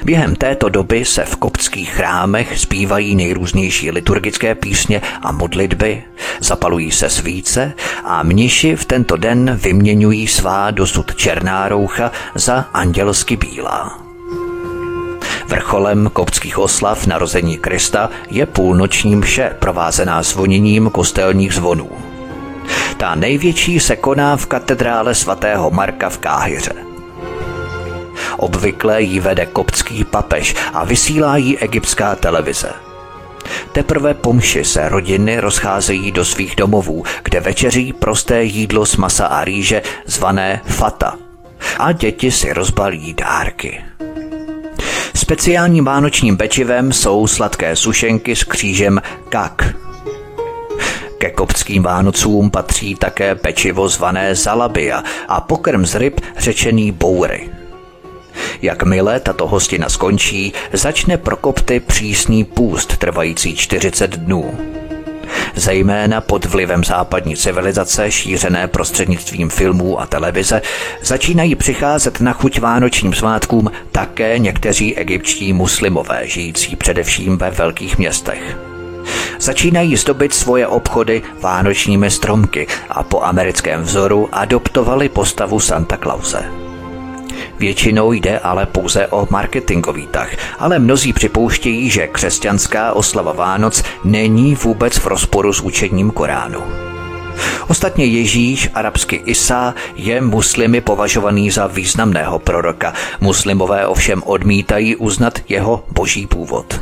Během této doby se v koptských chrámech zpívají nejrůznější liturgické písně a modlitby, zapalují se svíce a mniši v tento den vyměňují svá dosud černá roucha za andělsky bílá. Vrcholem koptských oslav narození Krista je půlnoční mše provázená zvoněním kostelních zvonů. Ta největší se koná v katedrále svatého Marka v Káhiře. Obvykle ji vede koptský papež a vysílá ji egyptská televize. Teprve po mši se rodiny rozcházejí do svých domovů, kde večeří prosté jídlo z masa a rýže zvané fata a děti si rozbalí dárky. Speciálním vánočním pečivem jsou sladké sušenky s křížem kak. Ke koptským Vánocům patří také pečivo zvané zalabia a pokrm z ryb řečený boury. Jakmile tato hostina skončí, začne pro Kopty přísný půst trvající 40 dnů. Zejména pod vlivem západní civilizace šířené prostřednictvím filmů a televize začínají přicházet na chuť vánočním svátkům také někteří egyptští muslimové žijící především ve velkých městech. Začínají zdobit svoje obchody vánočními stromky a po americkém vzoru adoptovali postavu Santa Clause. Většinou jde ale pouze o marketingový tah, ale mnozí připouštějí, že křesťanská oslava Vánoc není vůbec v rozporu s učením Koránu. Ostatně Ježíš, arabsky Isa, je muslimy považovaný za významného proroka. Muslimové ovšem odmítají uznat jeho boží původ.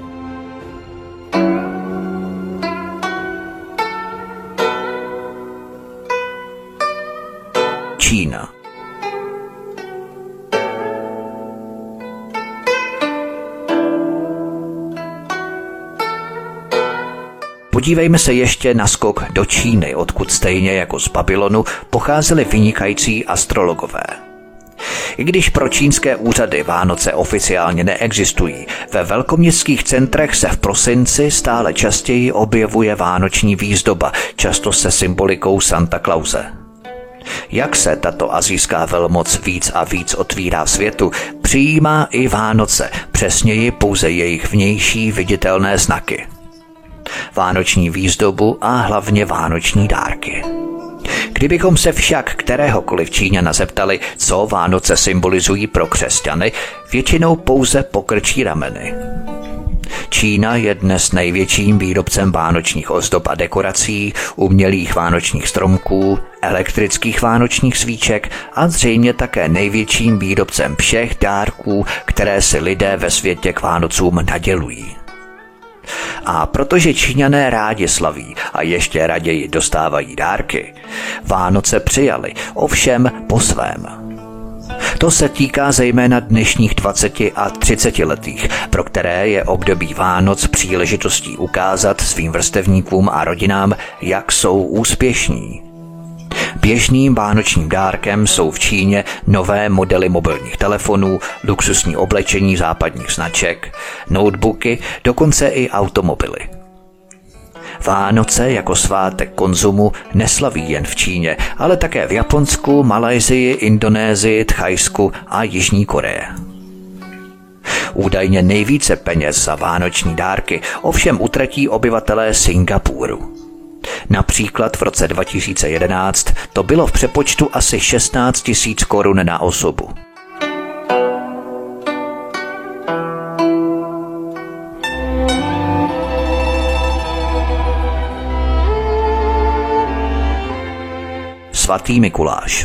Čína. Podívejme se ještě na skok do Číny, odkud stejně jako z Babylonu pocházeli vynikající astrologové. I když pro čínské úřady Vánoce oficiálně neexistují, ve velkoměstských centrech se v prosinci stále častěji objevuje vánoční výzdoba, často se symbolikou Santa Clause. Jak se tato asijská velmoc víc a víc otvírá světu, přijímá i Vánoce, přesněji pouze jejich vnější viditelné znaky. Vánoční výzdobu a hlavně vánoční dárky. Kdybychom se však kteréhokoliv Číňana zeptali, co Vánoce symbolizují pro křesťany, většinou pouze pokrčí rameny. Čína je dnes největším výrobcem vánočních ozdob a dekorací, umělých vánočních stromků, elektrických vánočních svíček a zřejmě také největším výrobcem všech dárků, které si lidé ve světě k Vánocům nadělují. A protože Číňané rádi slaví a ještě raději dostávají dárky, Vánoce přijali, ovšem po svém. To se týká zejména dnešních 20 a 30 letých, pro které je období Vánoc příležitostí ukázat svým vrstevníkům a rodinám, jak jsou úspěšní. Běžným vánočním dárkem jsou v Číně nové modely mobilních telefonů, luxusní oblečení západních značek, notebooky, dokonce i automobily. Vánoce jako svátek konzumu neslaví jen v Číně, ale také v Japonsku, Malajsii, Indonésii, Thajsku a Jižní Koreji. Údajně nejvíce peněz za vánoční dárky ovšem utratí obyvatelé Singapuru. Například v roce 2011 to bylo v přepočtu asi 16 000 korun na osobu. Svatý Mikuláš.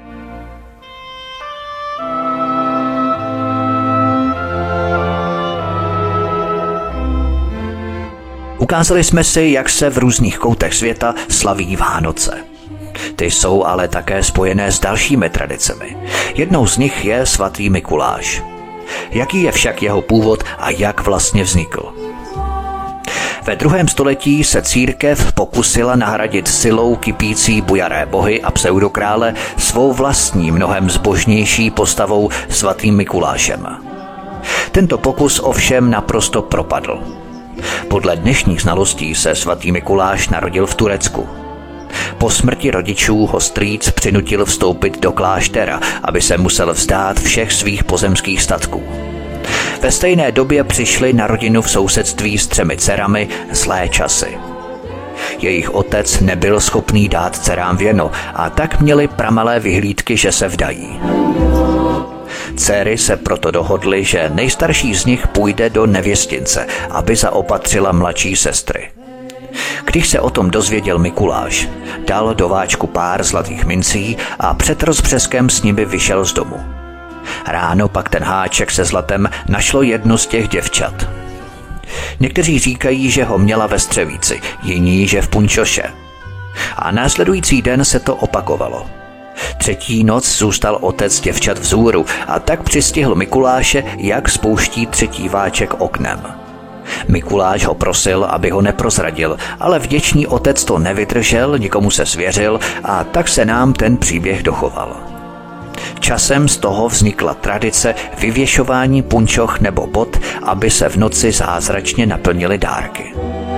Ukázali jsme si, jak se v různých koutech světa slaví Vánoce. Ty jsou ale také spojené s dalšími tradicemi. Jednou z nich je svatý Mikuláš. Jaký je však jeho původ a jak vlastně vznikl? Ve 2. století se církev pokusila nahradit silou kypící bujaré bohy a pseudokrále svou vlastní mnohem zbožnější postavou svatým Mikulášem. Tento pokus ovšem naprosto propadl. Podle dnešních znalostí se svatý Mikuláš narodil v Turecku. Po smrti rodičů ho strýc přinutil vstoupit do kláštera, aby se musel vzdát všech svých pozemských statků. Ve stejné době přišly na rodinu v sousedství s 3 dcerami zlé časy. Jejich otec nebyl schopný dát dcerám věno a tak měli pramalé vyhlídky, že se vdají. Dcery se proto dohodly, že nejstarší z nich půjde do nevěstince, aby zaopatřila mladší sestry. Když se o tom dozvěděl Mikuláš, dal do váčku pár zlatých mincí a před rozbřeskem s nimi vyšel z domu. Ráno pak ten háček se zlatem našlo jedno z těch děvčat. Někteří říkají, že ho měla ve Střevíci, jiní, že v Punčoše. A následující den se to opakovalo. 3. noc zůstal otec děvčat vzhůru a tak přistihl Mikuláše, jak spouští 3. váček oknem. Mikuláš ho prosil, aby ho neprozradil, ale vděčný otec to nevydržel, nikomu se svěřil a tak se nám ten příběh dochoval. Časem z toho vznikla tradice vyvěšování punčoch nebo bot, aby se v noci zázračně naplnily dárky.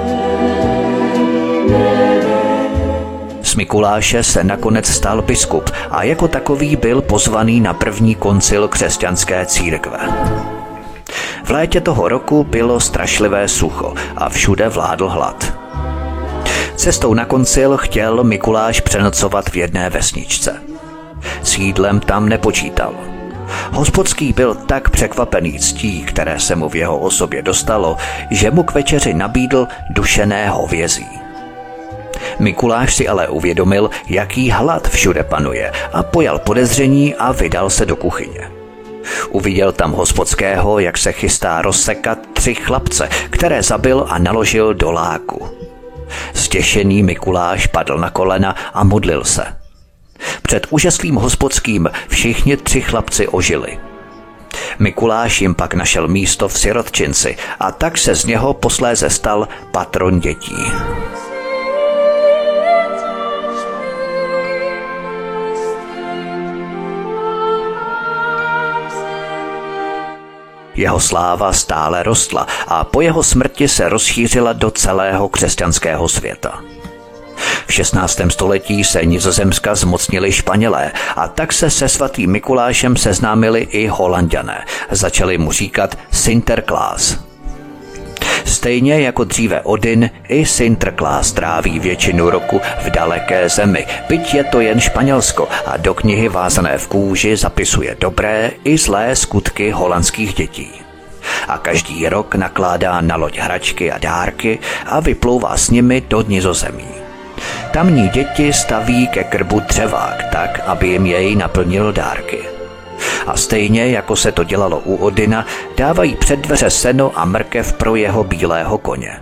Z Mikuláše se nakonec stal biskup a jako takový byl pozvaný na první koncil křesťanské církve. V létě toho roku bylo strašlivé sucho a všude vládl hlad. Cestou na koncil chtěl Mikuláš přenocovat v jedné vesničce. S jídlem tam nepočítal. Hospodský byl tak překvapený ctí, které se mu v jeho osobě dostalo, že mu k večeři nabídl dušené hovězí. Mikuláš si ale uvědomil, jaký hlad všude panuje a pojal podezření a vydal se do kuchyně. Uviděl tam hospodského, jak se chystá rozsekat 3 chlapce, které zabil a naložil do láku. Zděšený Mikuláš padl na kolena a modlil se. Před úžaslým hospodským všichni 3 chlapci ožili. Mikuláš jim pak našel místo v sirotčinci a tak se z něho posléze stal patron dětí. Jeho sláva stále rostla a po jeho smrti se rozšířila do celého křesťanského světa. V 16. století se Nizozemska zmocnili Španělé a tak se se svatým Mikulášem seznámili i Holanďané. Začali mu říkat Sinterklaas. Stejně jako dříve Odin, i Sinterklaas tráví většinu roku v daleké zemi, byť je to jen Španělsko a do knihy vázané v kůži zapisuje dobré i zlé skutky holandských dětí. A každý rok nakládá na loď hračky a dárky a vyplouvá s nimi do Nizozemí. Tamní děti staví ke krbu dřevák tak, aby jim jej naplnil dárky. A stejně, jako se to dělalo u Odina, dávají před dveře seno a mrkev pro jeho bílého koně.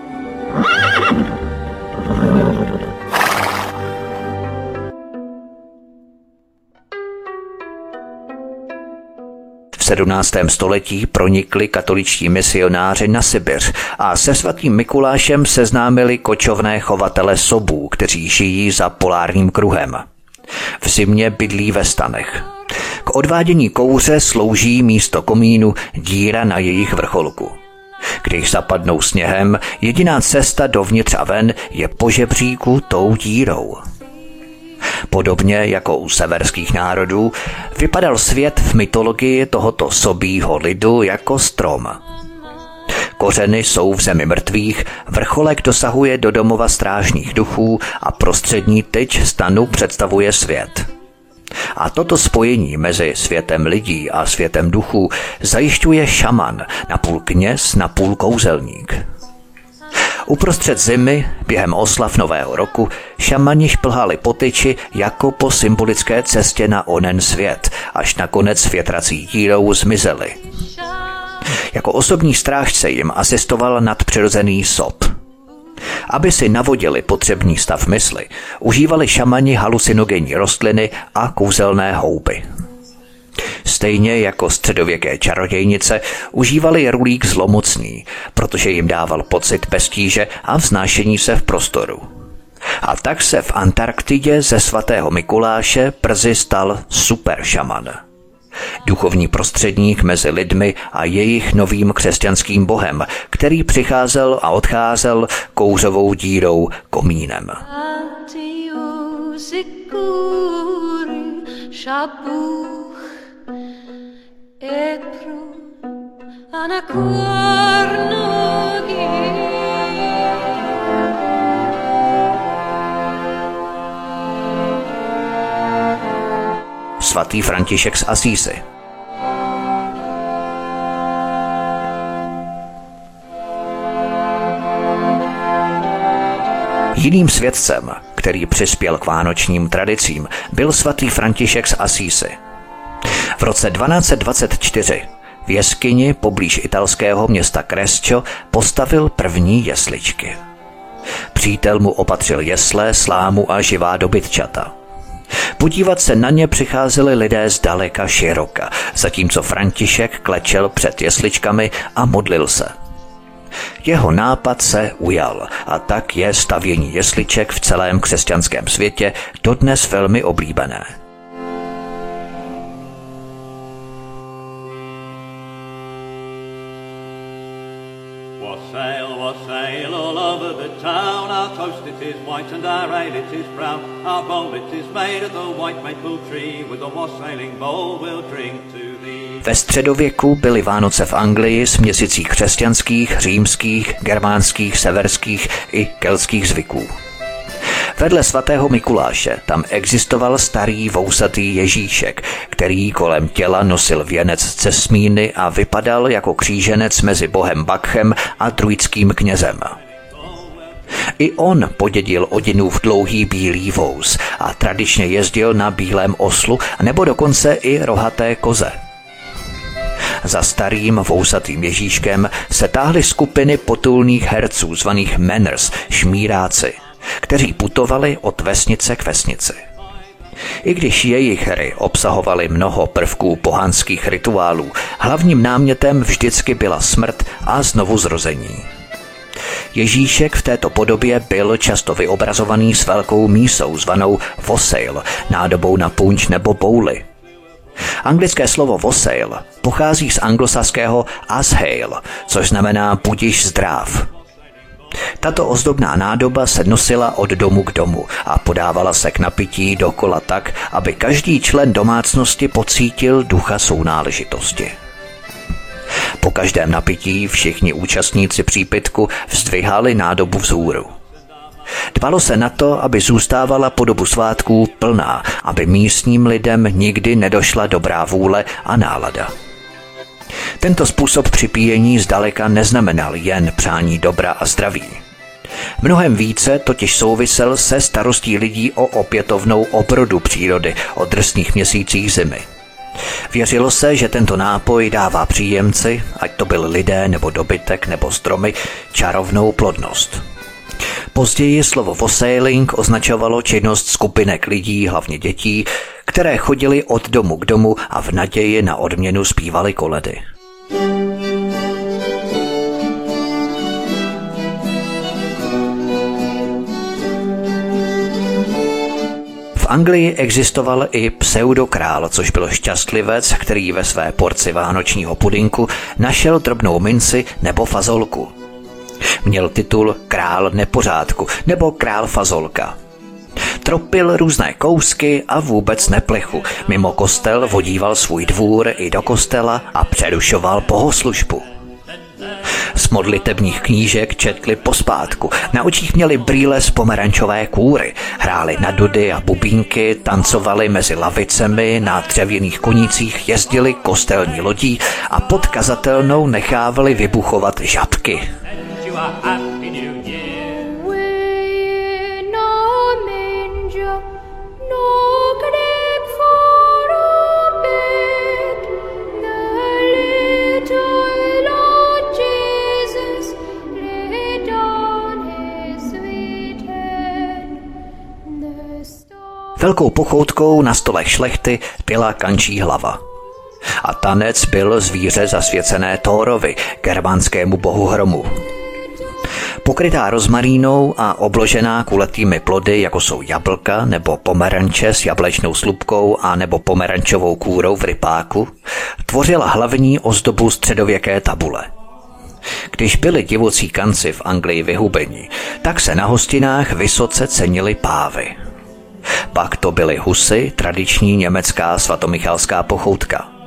V 17. století pronikli katoličtí misionáři na Sibiř a se svatým Mikulášem seznámili kočovné chovatele sobů, kteří žijí za polárním kruhem. V zimě bydlí ve stanech. K odvádění kouře slouží místo komínu díra na jejich vrcholku. Když zapadnou sněhem, jediná cesta dovnitř a ven je po žebříku tou dírou. Podobně jako u severských národů, vypadal svět v mytologii tohoto sobího lidu jako strom. Kořeny jsou v zemi mrtvých, vrcholek dosahuje do domova strážných duchů a prostřední tyč stanu představuje svět. A toto spojení mezi světem lidí a světem duchů zajišťuje šaman, napůl kněz, napůl kouzelník. Uprostřed zimy, během oslav Nového roku, šamani šplhali po tyči jako po symbolické cestě na onen svět, až nakonec větrací dírou zmizeli. Jako osobní strážce jim asistoval nadpřirozený sob. Aby si navodili potřebný stav mysli, užívali šamani halucinogenní rostliny a kouzelné houby. Stejně jako středověké čarodějnice užívali rulík zlomocný, protože jim dával pocit beztíže a vznášení se v prostoru. A tak se v Antarktidě ze svatého Mikuláše brzy stal superšaman. Duchovní prostředník mezi lidmi a jejich novým křesťanským bohem, který přicházel a odcházel kouřovou dírou komínem. Svatý František z Assisi. Jiným svědcem, který přispěl k vánočním tradicím, byl svatý František z Assisi. V roce 1224 v jeskyni poblíž italského města Crescio postavil první jesličky. Přítel mu opatřil jesle, slámu a živá dobytčata. Podívat se na ně přicházeli lidé zdaleka široka, zatímco František klečel před jesličkami a modlil se. Jeho nápad se ujal a tak je stavění jesliček v celém křesťanském světě dodnes velmi oblíbené. Wassail all over the town, our toast it is white and our ale it is brown, our bowl it is made of the white maple tree, with a wassailing bowl we'll drink to thee. Ve středověku byly Vánoce v Anglii směsicí křesťanských, římských, germánských, severských i keltských zvyků. Vedle svatého Mikuláše tam existoval starý vousatý Ježíšek, který kolem těla nosil věnec ze smíny a vypadal jako kříženec mezi bohem Bakchem a druidským knězem. I on podědil Odinův dlouhý bílý vous a tradičně jezdil na bílém oslu nebo dokonce i rohaté koze. Za starým vousatým Ježíškem se táhly skupiny potulných herců zvaných manners, šmíráci, kteří putovali od vesnice k vesnici. I když jejich hry obsahovaly mnoho prvků pohanských rituálů, hlavním námětem vždycky byla smrt a znovuzrození. Ježíšek v této podobě byl často vyobrazovaný s velkou mísou zvanou wassail, nádobou na punč nebo bouli. Anglické slovo wassail pochází z anglosaského ashail, což znamená budiš zdrav. Tato ozdobná nádoba se nosila od domu k domu a podávala se k napití dokola tak, aby každý člen domácnosti pocítil ducha sounáležitosti. Po každém napití všichni účastníci přípitku vzdvihali nádobu vzhůru. Dbalo se na to, aby zůstávala po dobu svátků plná, aby místním lidem nikdy nedošla dobrá vůle a nálada. Tento způsob připíjení zdaleka neznamenal jen přání dobra a zdraví. Mnohem více totiž souvisel se starostí lidí o opětovnou obrodu přírody o drsných měsících zimy. Věřilo se, že tento nápoj dává příjemci, ať to byli lidé nebo dobytek nebo stromy, čarovnou plodnost. Později slovo wassailing označovalo činnost skupinek lidí, hlavně dětí, které chodili od domu k domu a v naději na odměnu zpívali koledy. V Anglii existoval i pseudokrál, což byl šťastlivec, který ve své porci vánočního pudinku našel drobnou minci nebo fazolku. Měl titul král nepořádku nebo král fazolka. Tropil různé kousky a vůbec neplechu. Mimo kostel vodíval svůj dvůr i do kostela a přerušoval bohoslužbu. Z modlitebních knížek četli pospátku, na očích měli brýle z pomerančové kůry, hráli na dudy a bubínky, tancovali mezi lavicemi, na dřevěných konících jezdili kostelní lodí a pod kazatelnou nechávali vybuchovat žabky. Velkou pochoutkou na stolech šlechty byla kančí hlava. A tanec byl zvíře zasvěcené Thorovi, germánskému bohu hromu. Pokrytá rozmarínou a obložená kulatými plody, jako jsou jablka nebo pomeranče s jablečnou slupkou a nebo pomerančovou kůrou v rypáku, tvořila hlavní ozdobu středověké tabule. Když byli divocí kanci v Anglii vyhubeni, tak se na hostinách vysoce cenili pávy. Pak to byly husy, tradiční německá svatomichalská pochoutka.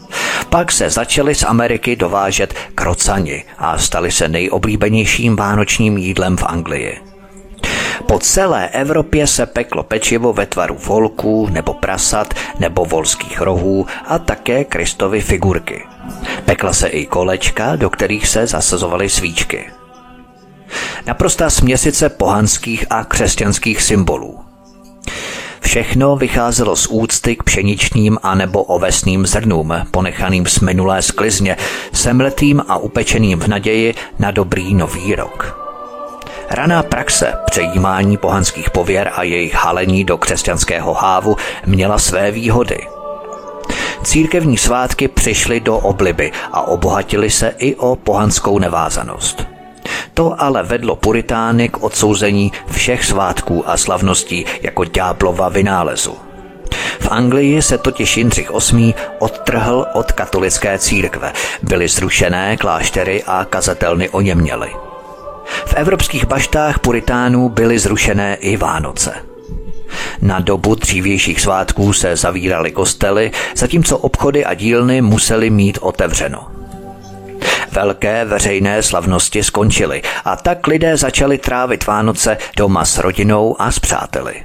Pak se začaly z Ameriky dovážet krocani a staly se nejoblíbenějším vánočním jídlem v Anglii. Po celé Evropě se peklo pečivo ve tvaru volků nebo prasat nebo volských rohů a také Kristovy figurky. Pekla se i kolečka, do kterých se zasazovaly svíčky. Naprostá směsice pohanských a křesťanských symbolů. Všechno vycházelo z úcty k pšeničním anebo ovesným zrnům, ponechaným z minulé sklizně, semletým a upečeným v naději na dobrý nový rok. Raná praxe přejímání pohanských pověr a jejich halení do křesťanského hávu měla své výhody. Církevní svátky přišly do obliby a obohatily se i o pohanskou nevázanost. To ale vedlo puritány k odsouzení všech svátků a slavností jako ďáblova vynálezu. V Anglii se totiž Jindřich VIII. Odtrhl od katolické církve, byly zrušené kláštery a kazatelny oněměly. V evropských baštách puritánů byly zrušené i Vánoce. Na dobu dřívějších svátků se zavíraly kostely, zatímco obchody a dílny musely mít otevřeno. Velké veřejné slavnosti skončily a tak lidé začali trávit Vánoce doma s rodinou a s přáteli.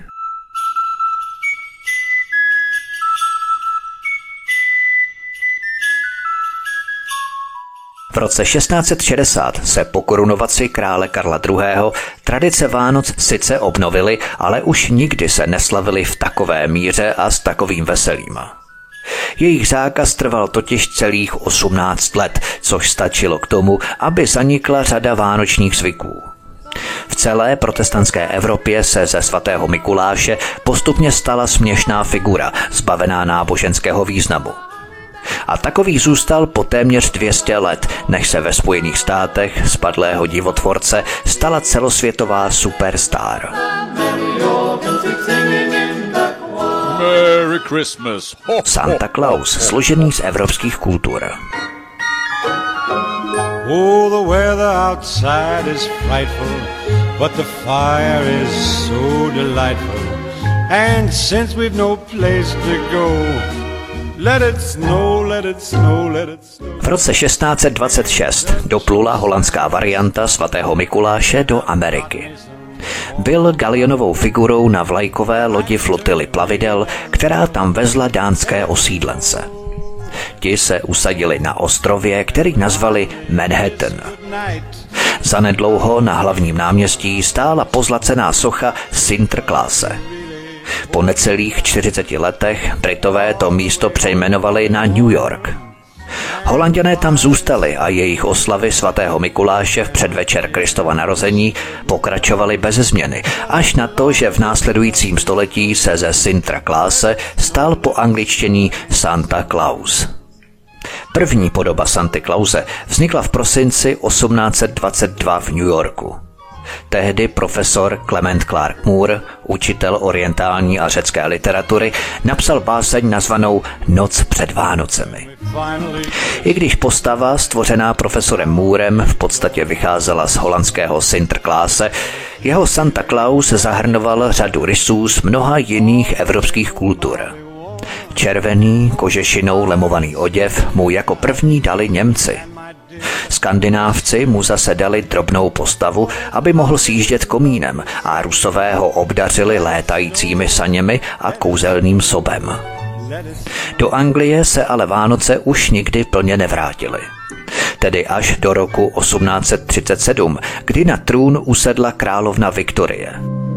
V roce 1660 se po korunovaci krále Karla II. Tradice Vánoc sice obnovily, ale už nikdy se neslavily v takové míře a s takovým veselím. Jejich zákaz trval totiž celých 18 let, což stačilo k tomu, aby zanikla řada vánočních zvyků. V celé protestantské Evropě se ze svatého Mikuláše postupně stala směšná figura, zbavená náboženského významu. A takový zůstal po téměř 200 let, než se ve Spojených státech z padlého divotvorce stala celosvětová superstar. Merry Christmas. Santa Claus, složený z evropských kultur. Oh, the weather outside is frightful, but the fire is so delightful. And since we've no place to go, let it snow, let it snow, let it snow. V roce 1626 doplula holandská varianta svatého Mikuláše do Ameriky. Byl galionovou figurou na vlajkové lodi flotily plavidel, která tam vezla dánské osídlence. Ti se usadili na ostrově, který nazvali Manhattan. Zanedlouho na hlavním náměstí stála pozlacená socha Sinterklaase. Po necelých 40 letech Britové to místo přejmenovali na New York. Holanďané tam zůstali a jejich oslavy svatého Mikuláše v předvečer Kristova narození pokračovaly beze změny, až na to, že v následujícím století se ze Sinterklaase stal po angličtění Santa Claus. První podoba Santy Klause vznikla v prosinci 1822 v New Yorku. Tehdy profesor Clement Clark Moore, učitel orientální a řecké literatury, napsal báseň nazvanou Noc před Vánocemi. I když postava stvořená profesorem Moorem v podstatě vycházela z holandského Sinterklaase, jeho Santa Claus zahrnoval řadu rysů z mnoha jiných evropských kultur. Červený, kožešinou lemovaný oděv mu jako první dali Němci. Skandinávci mu zase dali drobnou postavu, aby mohl sjíždět komínem, a Rusové ho obdařili létajícími saněmi a kouzelným sobem. Do Anglie se ale Vánoce už nikdy plně nevrátily. Tedy až do roku 1837, kdy na trůn usedla královna Viktorie.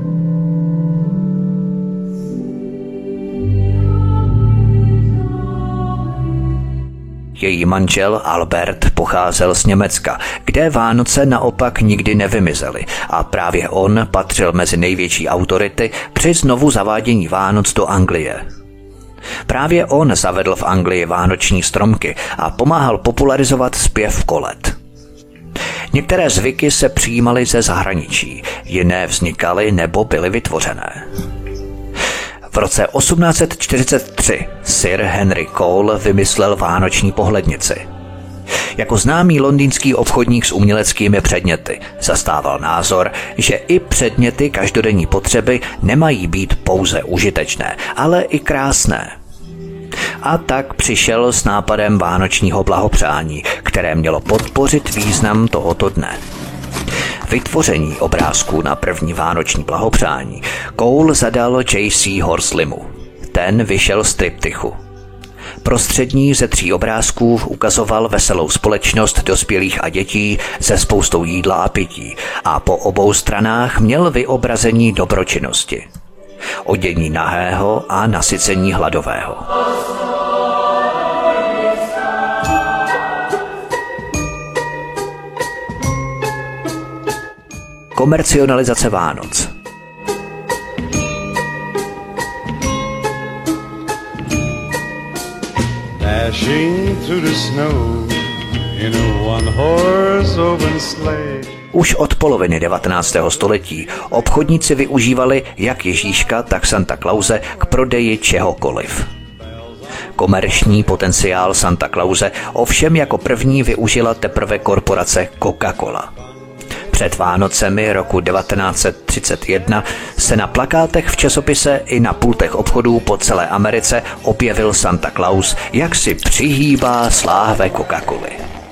Její manžel Albert pocházel z Německa, kde Vánoce naopak nikdy nevymizely a právě on patřil mezi největší autority při znovu zavádění Vánoc do Anglie. Právě on zavedl v Anglii vánoční stromky a pomáhal popularizovat zpěv kolet. Některé zvyky se přijímaly ze zahraničí, jiné vznikaly nebo byly vytvořené. V roce 1843 Sir Henry Cole vymyslel vánoční pohlednici. Jako známý londýnský obchodník s uměleckými předměty zastával názor, že i předměty každodenní potřeby nemají být pouze užitečné, ale i krásné. a tak přišel s nápadem vánočního blahopřání, které mělo podpořit význam tohoto dne. Vytvoření obrázků na první vánoční blahopřání Cole zadal J.C. Horslimu. Ten vyšel z triptychu. Prostřední ze 3 obrázků ukazoval veselou společnost dospělých a dětí se spoustou jídla a pití a po obou stranách měl vyobrazení dobročinnosti. Odění nahého a nasycení hladového. Komercionalizace Vánoc. Dashing through the snow in a one-horse open sleigh. Už od poloviny 19. století obchodníci využívali jak Ježíška, tak Santa Klause k prodeji čehokoliv. Komerční potenciál Santa Klause ovšem jako první využila teprve korporace Coca-Cola. Před Vánocemi roku 1931 se na plakátech v časopise i na pultech obchodů po celé Americe objevil Santa Claus, jak si přihýbá s láhve Coca-Coly.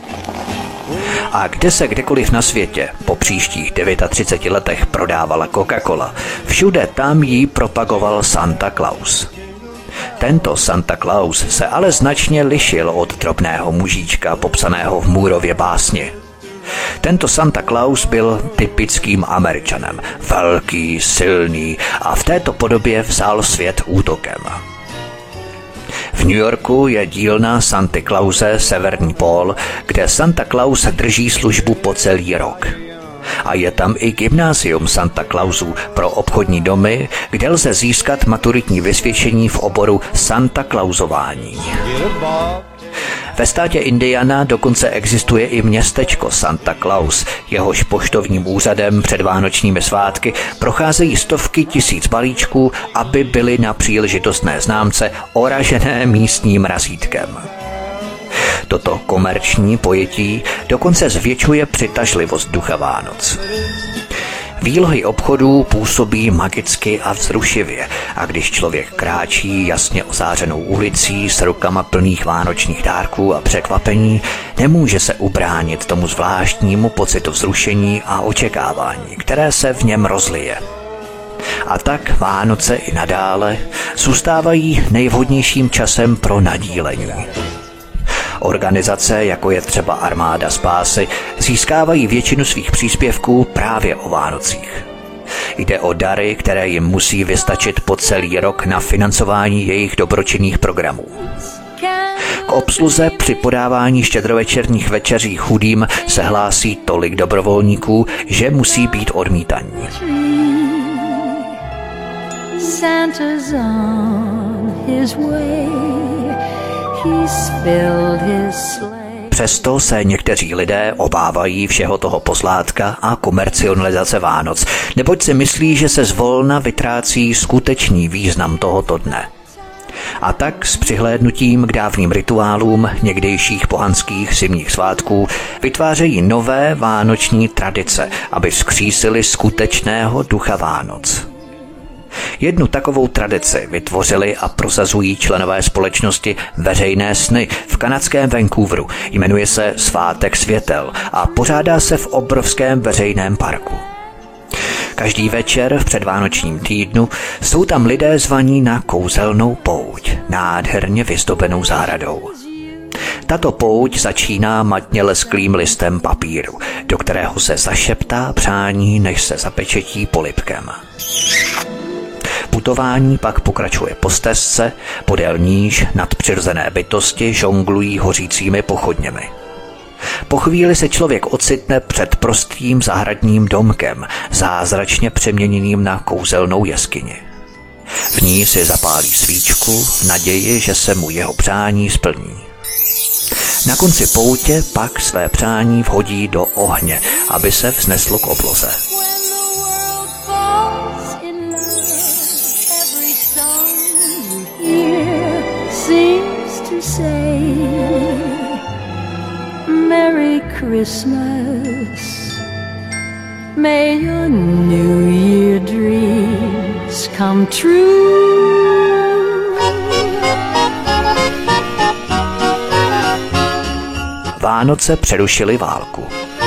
A kde se kdekoliv na světě po příštích 39 letech prodávala Coca-Cola, všude tam jí propagoval Santa Claus. Tento Santa Claus se ale značně lišil od drobného mužíčka popsaného v Moorově básni. Tento Santa Claus byl typickým Američanem, velký, silný a v této podobě vzal svět útokem. V New Yorku je dílna Santy Klause Severní Pól, kde Santa Claus drží službu po celý rok. A je tam i gymnázium Santa Clausů pro obchodní domy, kde lze získat maturitní vysvědčení v oboru Santa Clausování. Ve státě Indiana dokonce existuje i městečko Santa Claus, jehož poštovním úřadem před vánočními svátky procházejí stovky tisíc balíčků, aby byly na příležitostné známce oražené místním razítkem. Toto komerční pojetí dokonce zvětšuje přitažlivost ducha Vánoc. Výlohy obchodů působí magicky a vzrušivě a když člověk kráčí jasně ozářenou ulicí s rukama plných vánočních dárků a překvapení, nemůže se ubránit tomu zvláštnímu pocitu vzrušení a očekávání, které se v něm rozlije. A tak Vánoce i nadále zůstávají nejvhodnějším časem pro nadílení. Organizace, jako je třeba Armáda spásy, získávají většinu svých příspěvků právě o Vánocích. Jde o dary, které jim musí vystačit po celý rok na financování jejich dobročinných programů. K obsluze při podávání štědrovečerních večeří chudým se hlásí tolik dobrovolníků, že musí být odmítaní. Santa's on his way. Přesto se někteří lidé obávají všeho toho pozlátka a komercionalizace Vánoc, neboť si myslí, že se zvolna vytrácí skutečný význam tohoto dne. A tak s přihlédnutím k dávným rituálům někdejších pohanských zimních svátků vytvářejí nové vánoční tradice, aby vzkřísili skutečného ducha Vánoc. Jednu takovou tradici vytvořili a prosazují členové společnosti Veřejné sny v kanadském Vancouveru. Jmenuje se Svátek světel a pořádá se v obrovském veřejném parku. Každý večer v předvánočním týdnu jsou tam lidé zvaní na kouzelnou pouť, nádherně vyzdobenou zahradou. Tato pouť začíná matně lesklým listem papíru, do kterého se zašeptá přání, než se zapečetí polibkem. Putování pak pokračuje po stezce, podél níž nadpřirozené bytosti žonglují hořícími pochodněmi. Po chvíli se člověk ocitne před prostým zahradním domkem, zázračně přeměněným na kouzelnou jeskyni. V ní si zapálí svíčku v naději, že se mu jeho přání splní. Na konci poutě pak své přání vhodí do ohně, aby se vzneslo k obloze. Merry Christmas, may your New Year dreams come true. Vánoce přerušily válku.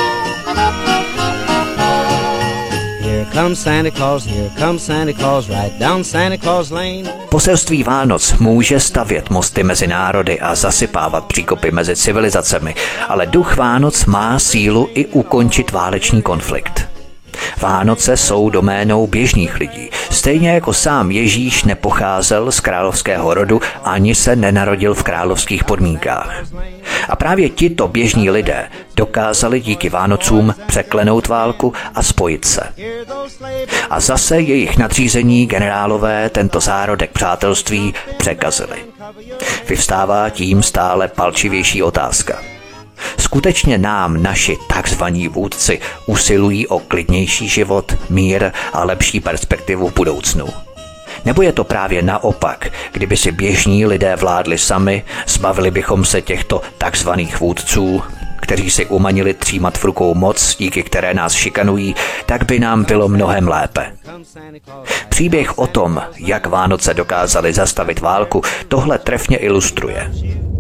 Poselství Vánoc může stavět mosty mezi národy a zasypávat příkopy mezi civilizacemi, ale duch Vánoc má sílu i ukončit válečný konflikt. Vánoce jsou doménou běžných lidí. Stejně jako sám Ježíš nepocházel z královského rodu ani se nenarodil v královských podmínkách. A právě tito běžní lidé dokázali díky Vánocům překlenout válku a spojit se. A zase jejich nadřízení generálové tento zárodek přátelství překazili. Vyvstává tím stále palčivější otázka. Skutečně nám naši takzvaní vůdci usilují o klidnější život, mír a lepší perspektivu v budoucnu? Nebo je to právě naopak, kdyby si běžní lidé vládli sami, zbavili bychom se těchto takzvaných vůdců, kteří si umanili třímat v rukou moc, díky které nás šikanují, tak by nám bylo mnohem lépe. Příběh o tom, jak Vánoce dokázaly zastavit válku, tohle trefně ilustruje.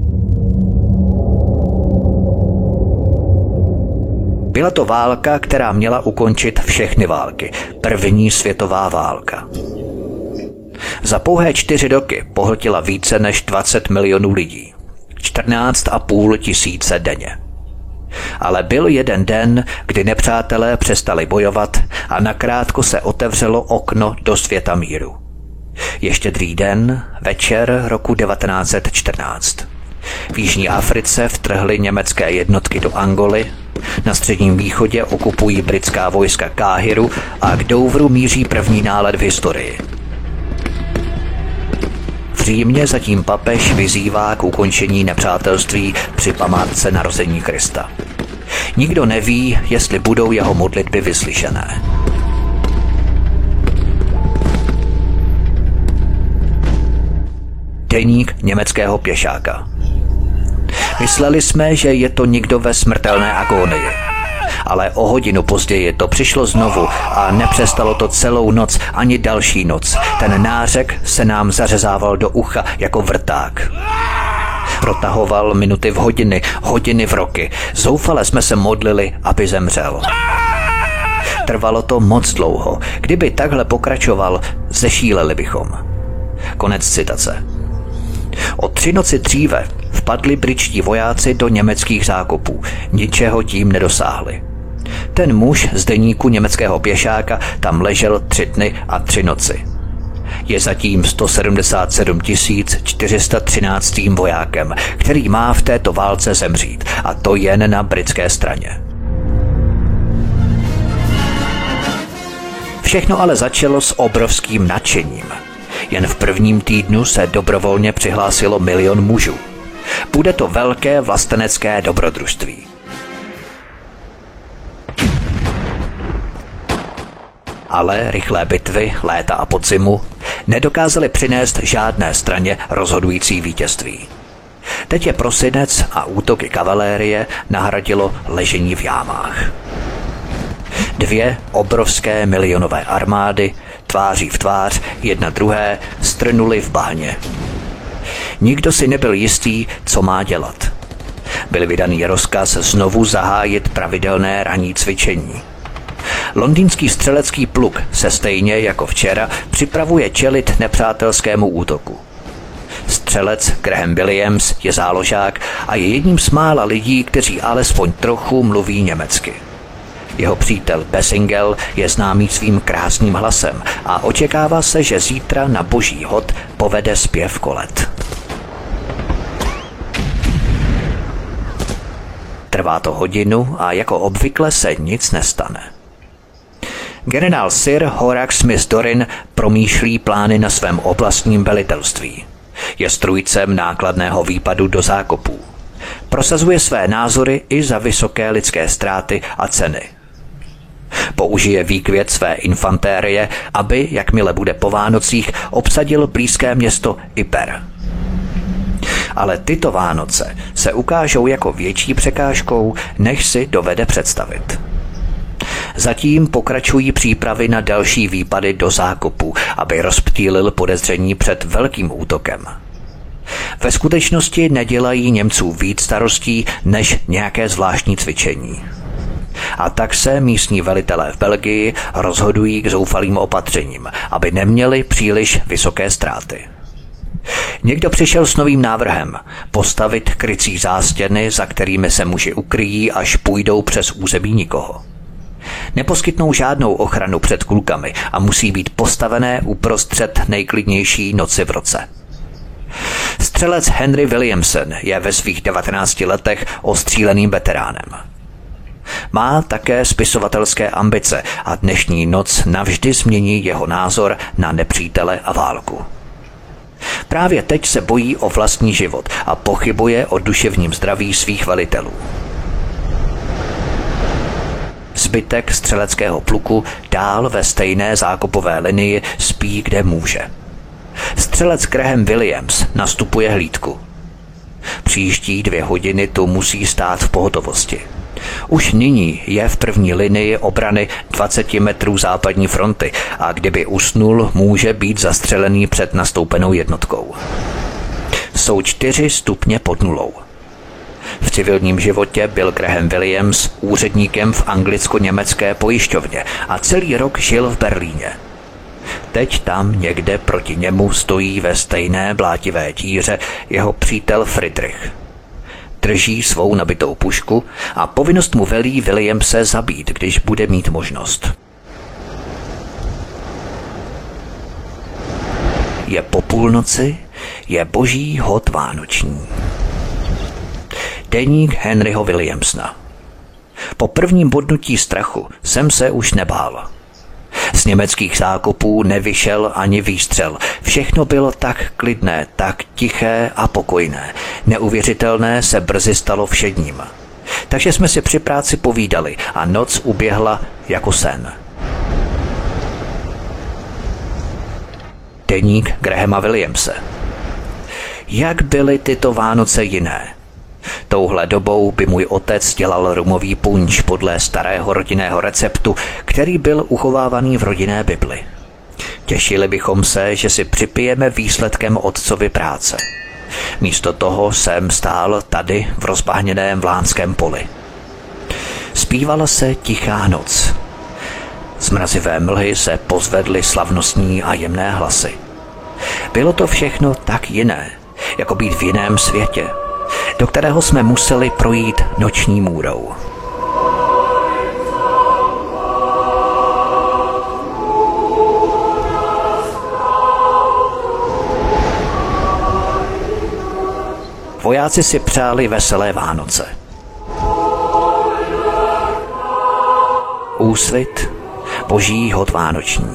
Byla to válka, která měla ukončit všechny války. První světová válka. Za pouhé 4 roky pohltila více než 20 milionů lidí. 14,5 tisíce denně. Ale byl jeden den, kdy nepřátelé přestali bojovat a nakrátko se otevřelo okno do světa míru. Je Štědrý den, večer roku 1914. V Jižní Africe vtrhly německé jednotky do Angoly, na Středním východě okupují britská vojska Káhiru a k Douvru míří první nálet v historii. V Římě zatím papež vyzývá k ukončení nepřátelství při památce narození Krista. Nikdo neví, jestli budou jeho modlitby vyslyšené. Deník německého pěšáka. Mysleli jsme, že je to někdo ve smrtelné agónii. Ale o hodinu později to přišlo znovu a nepřestalo to celou noc ani další noc. Ten nářek se nám zařezával do ucha jako vrták. Protahoval minuty v hodiny, hodiny v roky. Zoufale jsme se modlili, aby zemřel. Trvalo to moc dlouho. Kdyby takhle pokračoval, zešíleli bychom. Konec citace. O 3 noci dříve vpadli britští vojáci do německých zákopů. Ničeho tím nedosáhli. Ten muž z deníku německého pěšáka tam ležel 3 dny a 3 noci. Je zatím 177 413. vojákem, který má v této válce zemřít, a to jen na britské straně. Všechno ale začalo s obrovským nadšením. Jen v prvním týdnu se dobrovolně přihlásilo 1 milion mužů. Bude to velké vlastenecké dobrodružství. Ale rychlé bitvy léta a podzimu nedokázaly přinést žádné straně rozhodující vítězství. Teď je prosinec a útoky kavalérie nahradilo ležení v jámách. 2 obrovské milionové armády tváří v tvář jedna druhé strnuly v bahně. Nikdo si nebyl jistý, co má dělat. Byl vydaný rozkaz znovu zahájit pravidelné ranní cvičení. Londýnský střelecký pluk se stejně jako včera připravuje čelit nepřátelskému útoku. Střelec Graham Williams je záložák a je jedním z mála lidí, kteří alespoň trochu mluví německy. Jeho přítel Bessingel je známý svým krásným hlasem a očekává se, že zítra na Boží hod povede zpěv kolet. Trvá to hodinu a jako obvykle se nic nestane. Generál Sir Horace Smith Doran promýšlí plány na svém oblastním velitelství. Je strůjcem nákladného výpadu do zákopů. Prosazuje své názory i za vysoké lidské ztráty a ceny. Použije výkvět své infantérie, aby, jakmile bude po Vánocích, obsadil blízké město Yper. Ale tyto Vánoce se ukážou jako větší překážkou, než si dovede představit. Zatím pokračují přípravy na další výpady do zákopů, aby rozptýlil podezření před velkým útokem. Ve skutečnosti nedělají Němců víc starostí než nějaké zvláštní cvičení. A tak se místní velitelé v Belgii rozhodují k zoufalým opatřením, aby neměli příliš vysoké ztráty. Někdo přišel s novým návrhem postavit krycí zástěny, za kterými se muži ukryjí, až půjdou přes území nikoho. Neposkytnou žádnou ochranu před kulkami a musí být postavené uprostřed nejklidnější noci v roce. Střelec Henry Williamson je ve svých 19 letech ostříleným veteránem. Má také spisovatelské ambice a dnešní noc navždy změní jeho názor na nepřítele a válku. Právě teď se bojí o vlastní život a pochybuje o duševním zdraví svých velitelů. Zbytek střeleckého pluku dál ve stejné zákopové linii spí, kde může. Střelec Graham Williams nastupuje hlídku. Příští 2 hodiny tu musí stát v pohotovosti. Už nyní je v první linii obrany 20 metrů západní fronty a kdyby usnul, může být zastřelený před nastoupenou jednotkou. Jsou 4 stupně pod nulou. V civilním životě byl Graham Williams úředníkem v anglicko-německé pojišťovně a celý rok žil v Berlíně. Teď tam někde proti němu stojí ve stejné blátivé díře jeho přítel Friedrich. Drží svou nabitou pušku a povinnost mu velí Williamse zabít, když bude mít možnost. Je po půlnoci, je boží hod vánoční. Deník Henryho Williamsona. Po prvním bodnutí strachu jsem se už nebál. Z německých zákopů nevyšel ani výstřel. Všechno bylo tak klidné, tak tiché a pokojné. Neuvěřitelné se brzy stalo všedním. Takže jsme si při práci povídali a noc uběhla jako sen. Deník Grahama Williamse. Jak byly tyto Vánoce jiné? Touhle dobou by můj otec dělal rumový punč podle starého rodinného receptu, který byl uchovávaný v rodinné Bibli. Těšili bychom se, že si připijeme výsledkem otcovy práce. Místo toho jsem stál tady v rozbahněném vlánském poli. Zpívala se tichá noc. Z mrazivé mlhy se pozvedly slavnostní a jemné hlasy. Bylo to všechno tak jiné, jako být v jiném světě, do kterého jsme museli projít noční můrou. Vojáci si přáli veselé Vánoce. Úsvit, boží hod vánoční.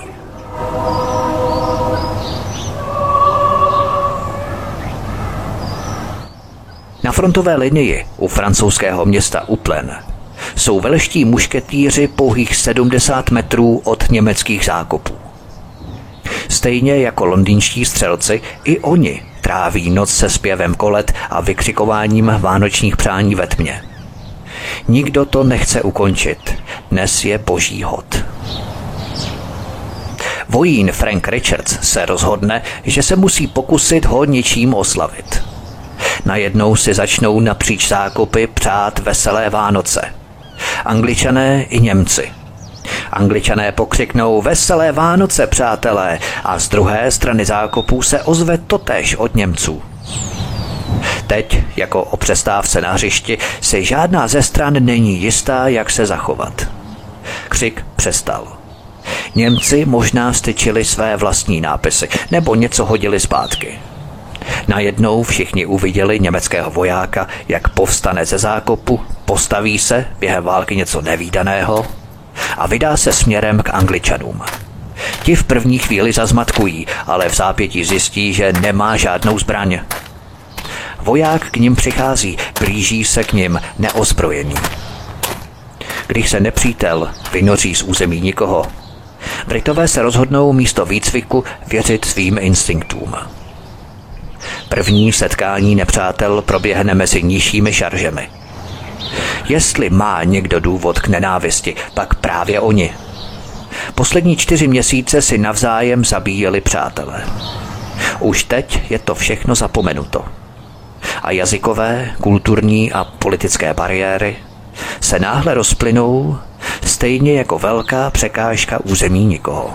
Na frontové linii u francouzského města Uplen jsou velští mušketýři pouhých 70 metrů od německých zákopů. Stejně jako londýnští střelci, i oni tráví noc se zpěvem kolet a vykřikováním vánočních přání ve tmě. Nikdo to nechce ukončit. Dnes je boží hod. Vojín Frank Richards se rozhodne, že se musí pokusit ho něčím oslavit. Najednou si začnou napříč zákopy přát veselé Vánoce. Angličané i Němci. Angličané pokřiknou veselé Vánoce, přátelé, a z druhé strany zákopů se ozve totéž od Němců. Teď, jako o přestávce na hřišti, si žádná ze stran není jistá, jak se zachovat. Křik přestal. Němci možná styčili své vlastní nápisy, nebo něco hodili zpátky. Najednou všichni uviděli německého vojáka, jak povstane ze zákopu, postaví se, během války něco nevídaného, a vydá se směrem k Angličanům. Ti v první chvíli zazmatkují, ale v zápětí zjistí, že nemá žádnou zbraň. Voják k nim přichází, blíží se k nim neozbrojený. Když se nepřítel vynoří z území nikoho, Britové se rozhodnou místo výcviku věřit svým instinktům. První setkání nepřátel proběhne mezi nižšími šaržemi. Jestli má někdo důvod k nenávisti, pak právě oni. Poslední 4 měsíce si navzájem zabíjeli přátelé. Už teď je to všechno zapomenuto. A jazykové, kulturní a politické bariéry se náhle rozplynou stejně jako velká překážka území nikoho.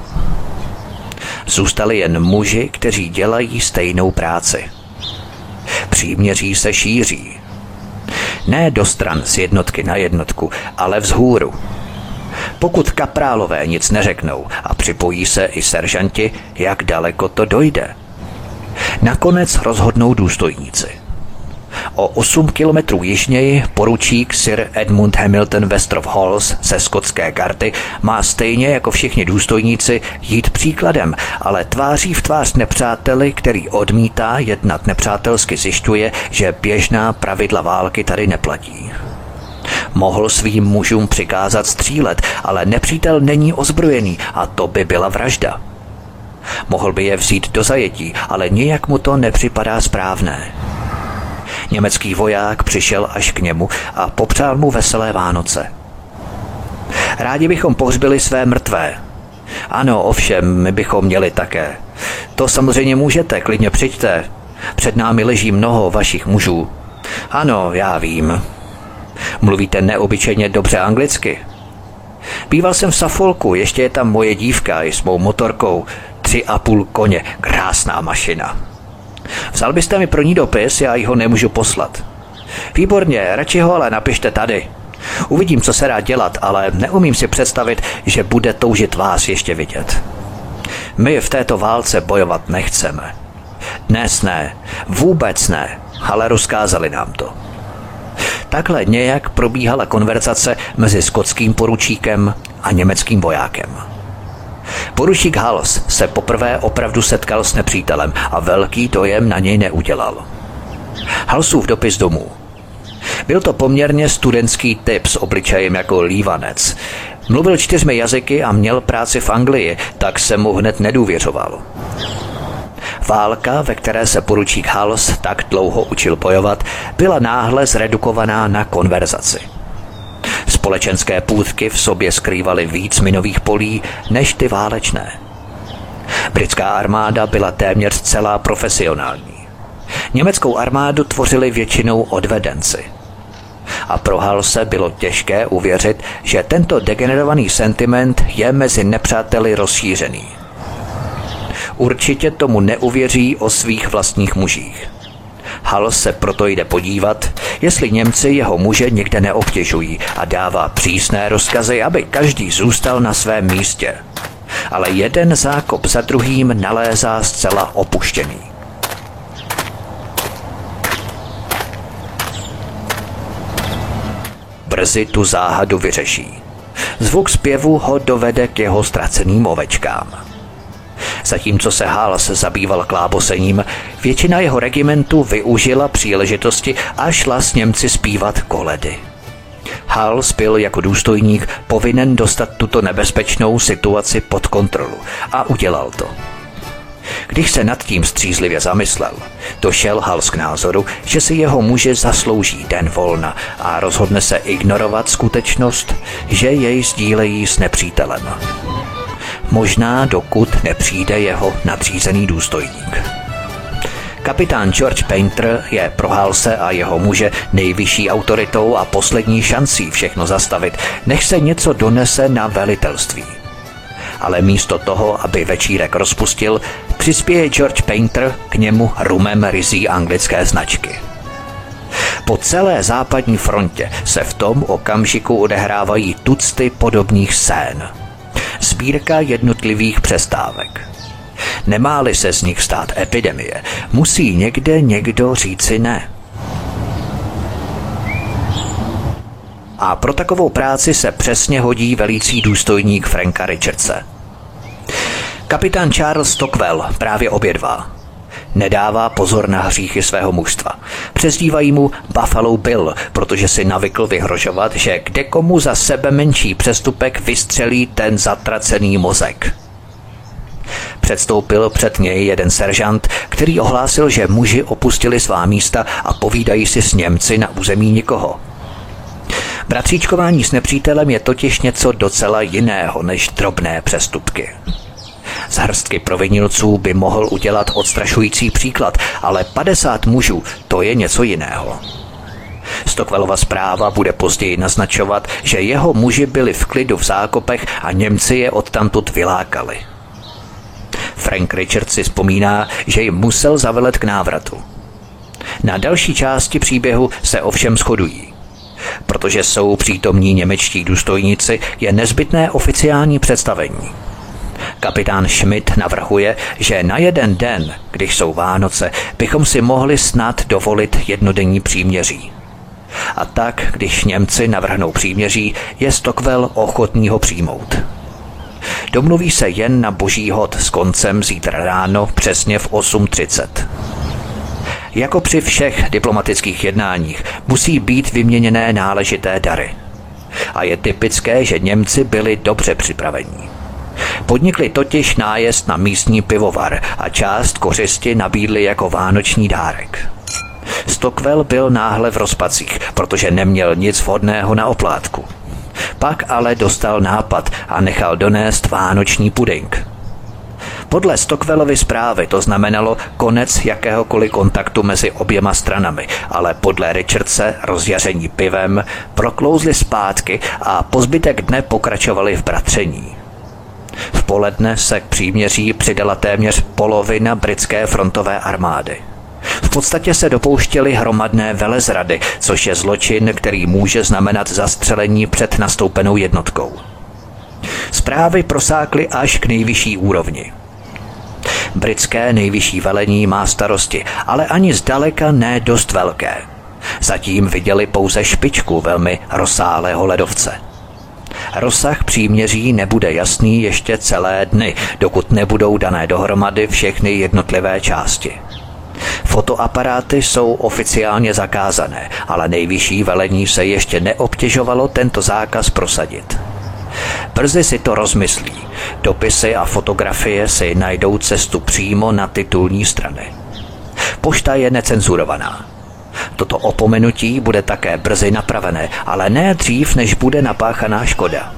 Zůstali jen muži, kteří dělají stejnou práci. Příměří se šíří. Ne do stran z jednotky na jednotku, ale vzhůru. Pokud kaprálové nic neřeknou a připojí se i seržanti, jak daleko to dojde. Nakonec rozhodnou důstojníci. O 8 kilometrů jižněji poručík Sir Edmund Hamilton Westrov Halls ze skotské gardy má stejně jako všichni důstojníci jít příkladem, ale tváří v tvář nepřáteli, který odmítá jednat nepřátelsky, zjišťuje, že běžná pravidla války tady neplatí. Mohl svým mužům přikázat střílet, ale nepřítel není ozbrojený a to by byla vražda. Mohl by je vzít do zajetí, ale nijak mu to nepřipadá správné. Německý voják přišel až k němu a popřál mu veselé Vánoce. Rádi bychom pohřbili své mrtvé. Ano, ovšem, my bychom měli také. To samozřejmě můžete, klidně přijďte. Před námi leží mnoho vašich mužů. Ano, já vím. Mluvíte neobyčejně dobře anglicky. Býval jsem v Suffolku, ještě je tam moje dívka i s mou motorkou. 3,5 koně, krásná mašina. Vzal byste mi pro ní dopis, já ji ho nemůžu poslat. Výborně, radši ho ale napište tady. Uvidím, co se dá dělat, ale neumím si představit, že bude toužit vás ještě vidět. My v této válce bojovat nechceme. Dnes ne, vůbec ne, ale rozkázali nám to. Takhle nějak probíhala konverzace mezi skotským poručíkem a německým vojákem. Poručík Halls se poprvé opravdu setkal s nepřítelem a velký dojem na něj neudělal. Hallsův dopis domů. Byl to poměrně studentský typ s obličejem jako lívanec. Mluvil 4 jazyky a měl práci v Anglii, tak se mu hned nedůvěřoval. Válka, ve které se poručík Halls tak dlouho učil bojovat, byla náhle zredukovaná na konverzaci. Společenské půtky v sobě skrývaly víc minových polí než ty válečné. Britská armáda byla téměř celá profesionální. Německou armádu tvořili většinou odvedenci. A pro Hallse bylo těžké uvěřit, že tento degenerovaný sentiment je mezi nepřáteli rozšířený. Určitě tomu neuvěří o svých vlastních mužích. Halls se proto jde podívat, jestli Němci jeho muže někde neobtěžují a dává přísné rozkazy, aby každý zůstal na svém místě. Ale jeden zákop za druhým nalézá zcela opuštěný. Brzy tu záhadu vyřeší. Zvuk zpěvu ho dovede k jeho ztraceným ovečkám. Zatímco se Halls zabýval klábosením, většina jeho regimentu využila příležitosti a šla s Němci zpívat koledy. Halls byl jako důstojník povinen dostat tuto nebezpečnou situaci pod kontrolu a udělal to. Když se nad tím střízlivě zamyslel, došel Halls k názoru, že si jeho muži zaslouží den volna a rozhodne se ignorovat skutečnost, že jej sdílejí s nepřítelem. Možná dokud nepřijde jeho nadřízený důstojník. Kapitán George Painter je pro Hallse a jeho muže nejvyšší autoritou a poslední šancí všechno zastavit, než se něco donese na velitelství. Ale místo toho, aby večírek rozpustil, přispěje George Painter k němu rumem ryzí anglické značky. Po celé západní frontě se v tom okamžiku odehrávají tucty podobných scén. Sbírka jednotlivých přestávek. Nemá-li se z nich stát epidemie, musí někde někdo říci ne. A pro takovou práci se přesně hodí velící důstojník Franka Richardse. Kapitán Charles Stockwell právě obědvá. Nedává pozor na hříchy svého mužstva. Přezdívají mu Buffalo Bill, protože si navykl vyhrožovat, že kdekomu za sebe menší přestupek vystřelí ten zatracený mozek. Předstoupil před něj jeden seržant, který ohlásil, že muži opustili svá místa a povídají si s Němci na území nikoho. Bratříčkování s nepřítelem je totiž něco docela jiného než drobné přestupky. Z hrstky provinilců by mohl udělat odstrašující příklad, ale 50 mužů, to je něco jiného. Stockwellova zpráva bude později naznačovat, že jeho muži byli v klidu v zákopech a Němci je odtamtud vylákali. Frank Richards si vzpomíná, že jim musel zavelet k návratu. Na další části příběhu se ovšem shodují. Protože jsou přítomní němečtí důstojníci, je nezbytné oficiální představení. Kapitán Schmidt navrhuje, že na jeden den, když jsou Vánoce, bychom si mohli snad dovolit jednodenní příměří. A tak, když Němci navrhnou příměří, je Stockwell ochotný ho přijmout. Domluví se jen na boží hod s koncem zítra ráno přesně v 8:30. Jako při všech diplomatických jednáních musí být vyměněné náležité dary. A je typické, že Němci byli dobře připraveni. Podnikli totiž nájezd na místní pivovar a část kořisti nabídli jako vánoční dárek. Stockwell byl náhle v rozpacích, protože neměl nic vhodného na oplátku. Pak ale dostal nápad a nechal donést vánoční puding. Podle Stockwellovy zprávy to znamenalo konec jakéhokoliv kontaktu mezi oběma stranami, ale podle Richardse rozjaření pivem proklouzli zpátky a po zbytek dne pokračovali v bratření. V poledne se k příměří přidala téměř polovina britské frontové armády. V podstatě se dopouštěli hromadné velezrady, což je zločin, který může znamenat zastřelení před nastoupenou jednotkou. Zprávy prosákly až k nejvyšší úrovni. Britské nejvyšší velení má starosti, ale ani zdaleka ne dost velké. Zatím viděli pouze špičku velmi rozsáhlého ledovce. Rozsah příměří nebude jasný ještě celé dny, dokud nebudou dané dohromady všechny jednotlivé části. Fotoaparáty jsou oficiálně zakázané, ale nejvyšší velení se ještě neobtěžovalo tento zákaz prosadit. Brzy si to rozmyslí. Dopisy a fotografie si najdou cestu přímo na titulní strany. Pošta je necenzurovaná. Toto opomenutí bude také brzy napravené, ale ne dřív, než bude napáchaná škoda.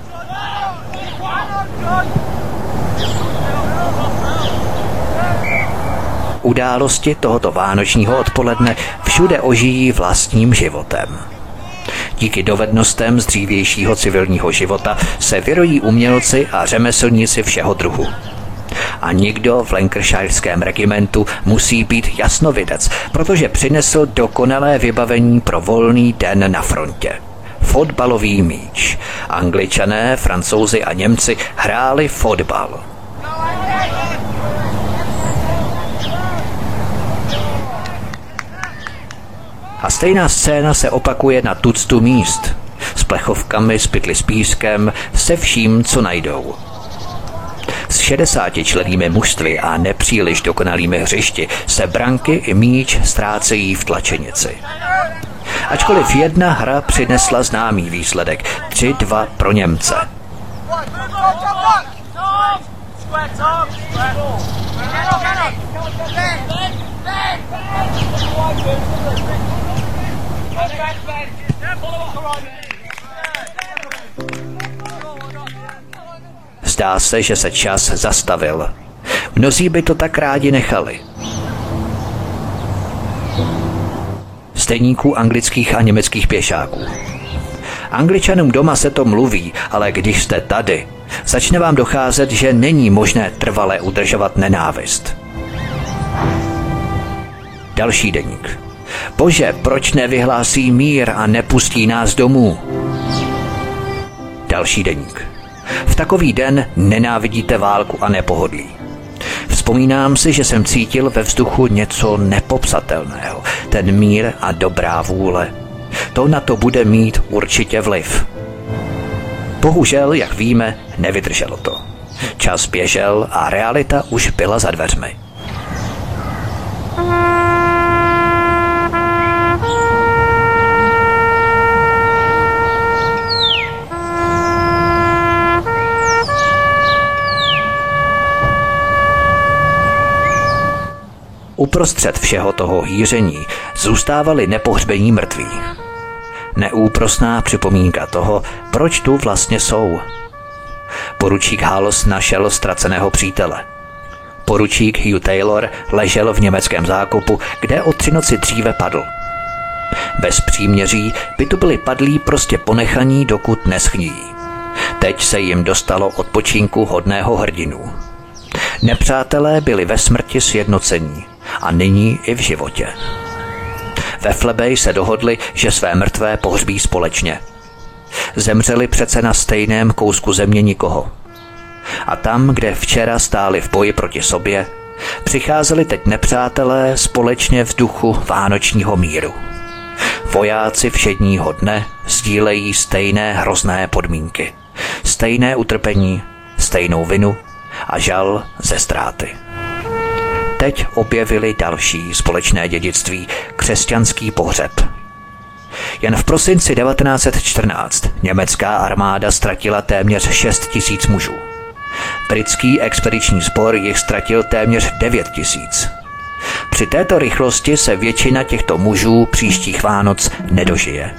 Události tohoto vánočního odpoledne všude ožijí vlastním životem. Díky dovednostem z dřívějšího civilního života se vyrojí umělci a řemeslníci všeho druhu. A nikdo v Lancashireském regimentu musí být jasnovidec, protože přinesl dokonalé vybavení pro volný den na frontě. Fotbalový míč. Angličané, Francouzi a Němci hráli fotbal. A stejná scéna se opakuje na tuctu míst. S plechovkami, s pytli s pískem, se vším, co najdou. S 60člennými mužstvy a nepříliš dokonalými hřišti se branky i míč ztrácejí v tlačenici. Ačkoliv jedna hra přinesla známý výsledek 3-2 pro Němce. Zdá se, že se čas zastavil. Mnozí by to tak rádi nechali. Z deníků anglických a německých pěšáků. Angličanům doma se to mluví, ale když jste tady, začne vám docházet, že není možné trvale udržovat nenávist. Další deník. Bože, proč nevyhlásí mír a nepustí nás domů? Další deník. V takový den nenávidíte válku a nepohodlí. Vzpomínám si, že jsem cítil ve vzduchu něco nepopsatelného. Ten mír a dobrá vůle. To na to bude mít určitě vliv. Bohužel, jak víme, nevydrželo to. Čas běžel a realita už byla za dveřmi. Uprostřed všeho toho hýření zůstávali nepohřbení mrtví. Neúprosná připomínka toho, proč tu vlastně jsou. Poručík Hals našel ztraceného přítele. Poručík Hugh Taylor ležel v německém zákopu, kde o 3 noci dříve padl. Bez příměří by tu byli padlí prostě ponechaní, dokud neschníjí. Teď se jim dostalo odpočinku hodného hrdinu. Nepřátelé byli ve smrti sjednocení a nyní i v životě. Ve Flebej se dohodli, že své mrtvé pohřbí společně. Zemřeli přece na stejném kousku země nikoho. A tam, kde včera stáli v boji proti sobě, přicházeli teď nepřátelé společně v duchu vánočního míru. Vojáci všedního dne sdílejí stejné hrozné podmínky, stejné utrpení, stejnou vinu a žal ze ztráty. Teď objevili další společné dědictví, křesťanský pohřeb. Jen v prosinci 1914 německá armáda ztratila téměř 6 000 mužů. Britský expediční sbor jich ztratil téměř 9 000. Při této rychlosti se většina těchto mužů příštích Vánoc nedožije.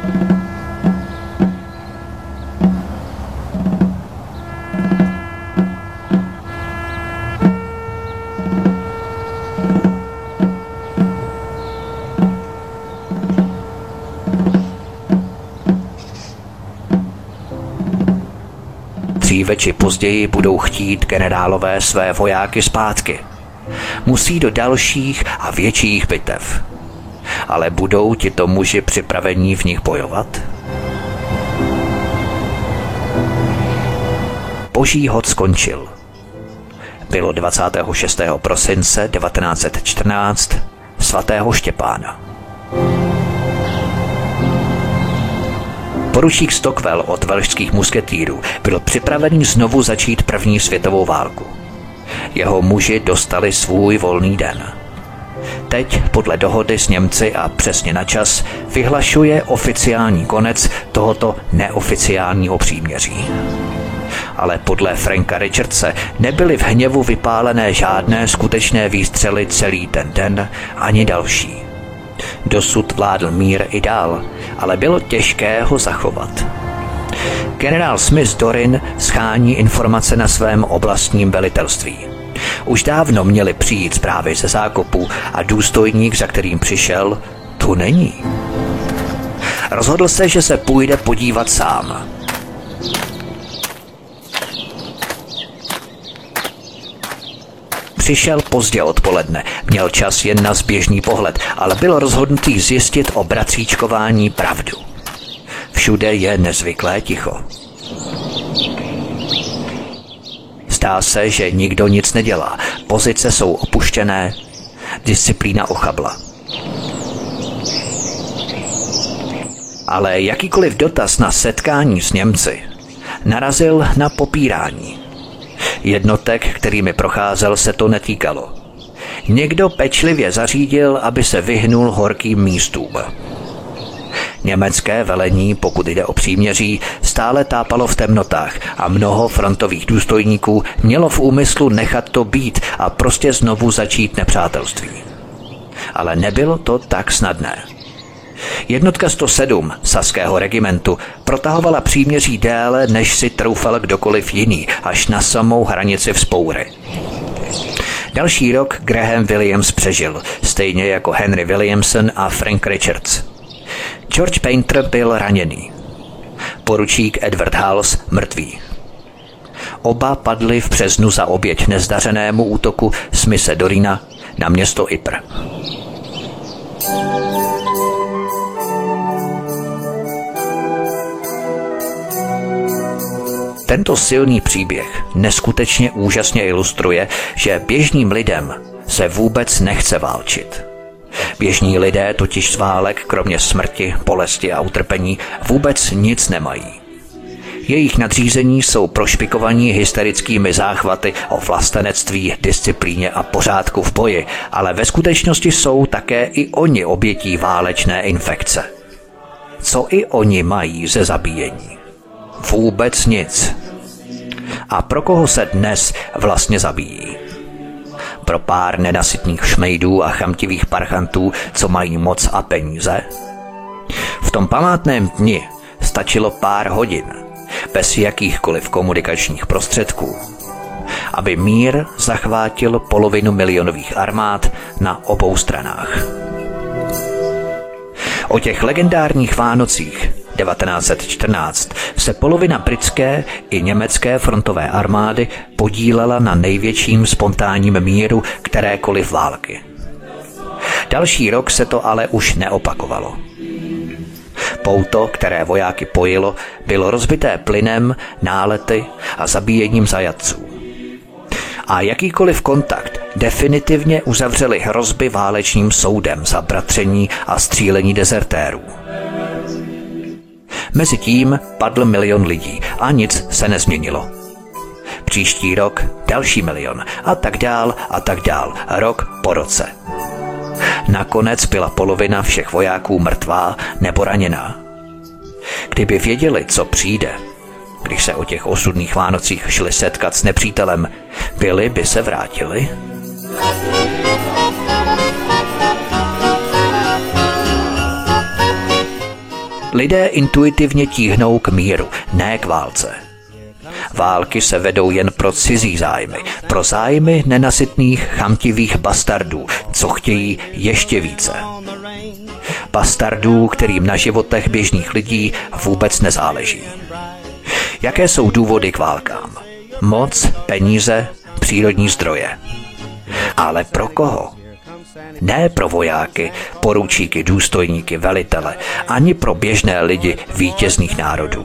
Dříve či později budou chtít generálové své vojáky zpátky. Musí do dalších a větších bitev. Ale budou tito muži připravení v nich bojovat? Boží hod skončil. Bylo 26. prosince 1914 svatého Štěpána. Poručík Stockwell od velšských musketýrů byl připravený znovu začít první světovou válku. Jeho muži dostali svůj volný den. Teď podle dohody s Němci a přesně na čas vyhlašuje oficiální konec tohoto neoficiálního příměří. Ale podle Franka Richardse nebyly v hněvu vypálené žádné skutečné výstřely celý ten den ani další. Dosud vládl mír i dál, ale bylo těžké ho zachovat. Generál Smith Dorin schání informace na svém oblastním velitelství. Už dávno měli přijít zprávy ze zákopů a důstojník, za kterým přišel, tu není. Rozhodl se, že se půjde podívat sám. Přišel pozdě odpoledne, měl čas jen na zběžný pohled, ale byl rozhodnutý zjistit o bratříčkování pravdu. Všude je nezvyklé ticho. Zdá se, že nikdo nic nedělá, pozice jsou opuštěné, disciplína ochabla. Ale jakýkoliv dotaz na setkání s Němci narazil na popírání. Jednotek, kterými procházel, se to netýkalo. Někdo pečlivě zařídil, aby se vyhnul horkým místům. Německé velení, pokud jde o příměří, stále tápalo v temnotách a mnoho frontových důstojníků mělo v úmyslu nechat to být a prostě znovu začít nepřátelství. Ale nebylo to tak snadné. Jednotka 107 saského regimentu protahovala příměří déle, než si troufal kdokoliv jiný, až na samou hranici vzpoury. Další rok Graham Williams přežil, stejně jako Henry Williamson a Frank Richards. George Painter byl raněný. Poručík Edward Hals mrtvý. Oba padli v březnu za oběť nezdařenému útoku Smithe Dorina na město Ypres. Tento silný příběh neskutečně úžasně ilustruje, že běžným lidem se vůbec nechce válčit. Běžní lidé totiž z válek, kromě smrti, bolesti a utrpení, vůbec nic nemají. Jejich nadřízení jsou prošpikovaní hysterickými záchvaty o vlastenectví, disciplíně a pořádku v boji, ale ve skutečnosti jsou také i oni obětí válečné infekce. Co i oni mají ze zabíjení? Vůbec nic. A pro koho se dnes vlastně zabíjí? Pro pár nenasytných šmejdů a chamtivých parchantů, co mají moc a peníze? V tom památném dni stačilo pár hodin, bez jakýchkoliv komunikačních prostředků. aby mír zachvátil polovinu milionových armád na obou stranách. O těch legendárních Vánocích 1914 se polovina britské i německé frontové armády podílela na největším spontánním míru kterékoliv války. Další rok se to ale už neopakovalo. Pouto, které vojáky pojilo, bylo rozbité plynem, nálety a zabíjením zajatců. A jakýkoliv kontakt definitivně uzavřely hrozby válečným soudem za bratření a střílení dezertérů. Mezitím padl 1 milion lidí a nic se nezměnilo. Příští rok další 1 milion a tak dál, rok po roce. Nakonec byla polovina všech vojáků mrtvá nebo raněná. Kdyby věděli, co přijde, když se o těch osudných Vánocích šli setkat s nepřítelem, byli by se vrátili? Lidé intuitivně tíhnou k míru, ne k válce. Války se vedou jen pro cizí zájmy, pro zájmy nenasytných, chamtivých bastardů, co chtějí ještě více. Bastardů, kterým na životech běžných lidí vůbec nezáleží. Jaké jsou důvody k válkám? Moc, peníze, přírodní zdroje. Ale pro koho? Ne pro vojáky, poručíky, důstojníky, velitele, ani pro běžné lidi vítězných národů.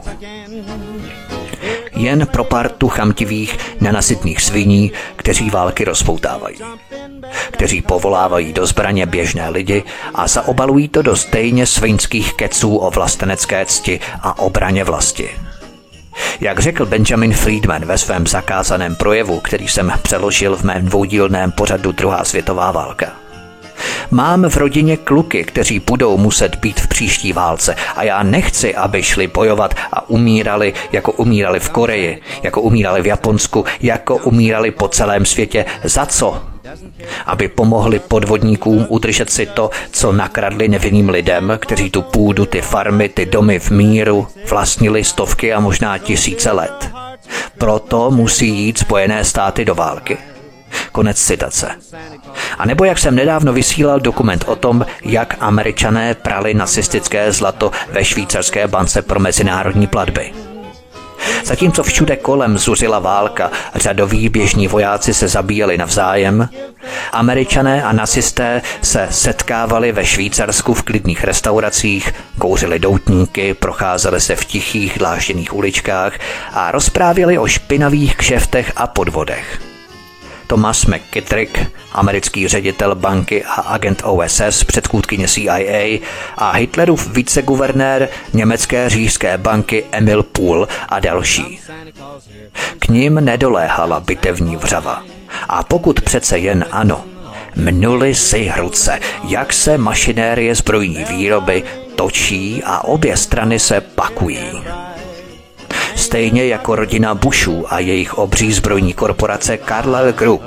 Jen pro partu chamtivých, nenasytných sviní, kteří války rozpoutávají. Kteří povolávají do zbraně běžné lidi a zaobalují to do stejně svinských keců o vlastenecké cti a obraně vlasti. Jak řekl Benjamin Friedman ve svém zakázaném projevu, který jsem přeložil v mém dvoudílném pořadu Druhá světová válka. Mám v rodině kluky, kteří budou muset být v příští válce a já nechci, aby šli bojovat a umírali, jako umírali v Koreji, jako umírali v Japonsku, jako umírali po celém světě. Za co? Aby pomohli podvodníkům udržet si to, co nakradli nevinným lidem, kteří tu půdu, ty farmy, ty domy v míru vlastnili stovky a možná tisíce let. Proto musí jít Spojené státy do války. Konec citace. A nebo jak jsem nedávno vysílal dokument o tom, jak Američané prali nacistické zlato ve švýcarské bance pro mezinárodní platby. Zatímco všude kolem zuřila válka, řadoví běžní vojáci se zabíjeli navzájem, Američané a nacisté se setkávali ve Švýcarsku v klidných restauracích, kouřili doutníky, procházeli se v tichých dlážděných uličkách a rozprávěli o špinavých kšeftech a podvodech. Thomas McKittrick, americký ředitel banky a agent OSS, předchůdkyně CIA, a Hitlerův viceguvernér německé říšské banky Emil Pool a další. K nim nedoléhala bitevní vřava. A pokud přece jen ano, mnuli si ruce, jak se mašinérie zbrojní výroby točí a obě strany se pakují. Stejně jako rodina Bushů a jejich obří zbrojní korporace Carlyle Group,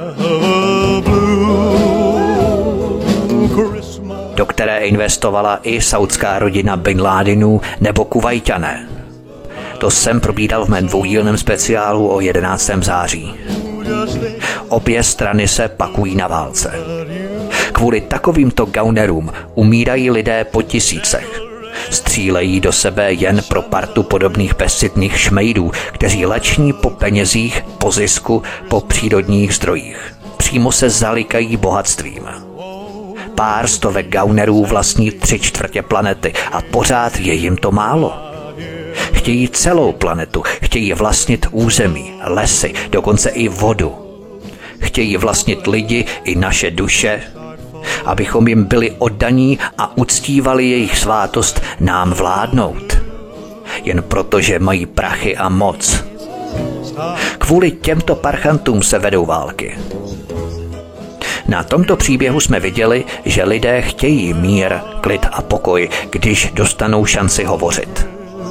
do které investovala i saudská rodina Bin Ládinů nebo Kuvajťané. To jsem probídal v mém dvoudílném speciálu o 11. září. Obě strany se pakují na válce. Kvůli takovýmto gaunerům umírají lidé po tisících. Střílejí do sebe jen pro partu podobných bezcitných šmejdů, kteří lační po penězích, po zisku, po přírodních zdrojích. Přímo se zalikají bohatstvím. Pár stovek gaunerů vlastní 3/4 planety a pořád je jim to málo. Chtějí celou planetu, chtějí vlastnit území, lesy, dokonce i vodu. Chtějí vlastnit lidi i naše duše, abychom jim byli oddaní a uctívali jejich svátost nám vládnout. Jen proto, že mají prachy a moc. Kvůli těmto parchantům se vedou války. Na tomto příběhu jsme viděli, že lidé chtějí mír, klid a pokoj, když dostanou šanci hovořit.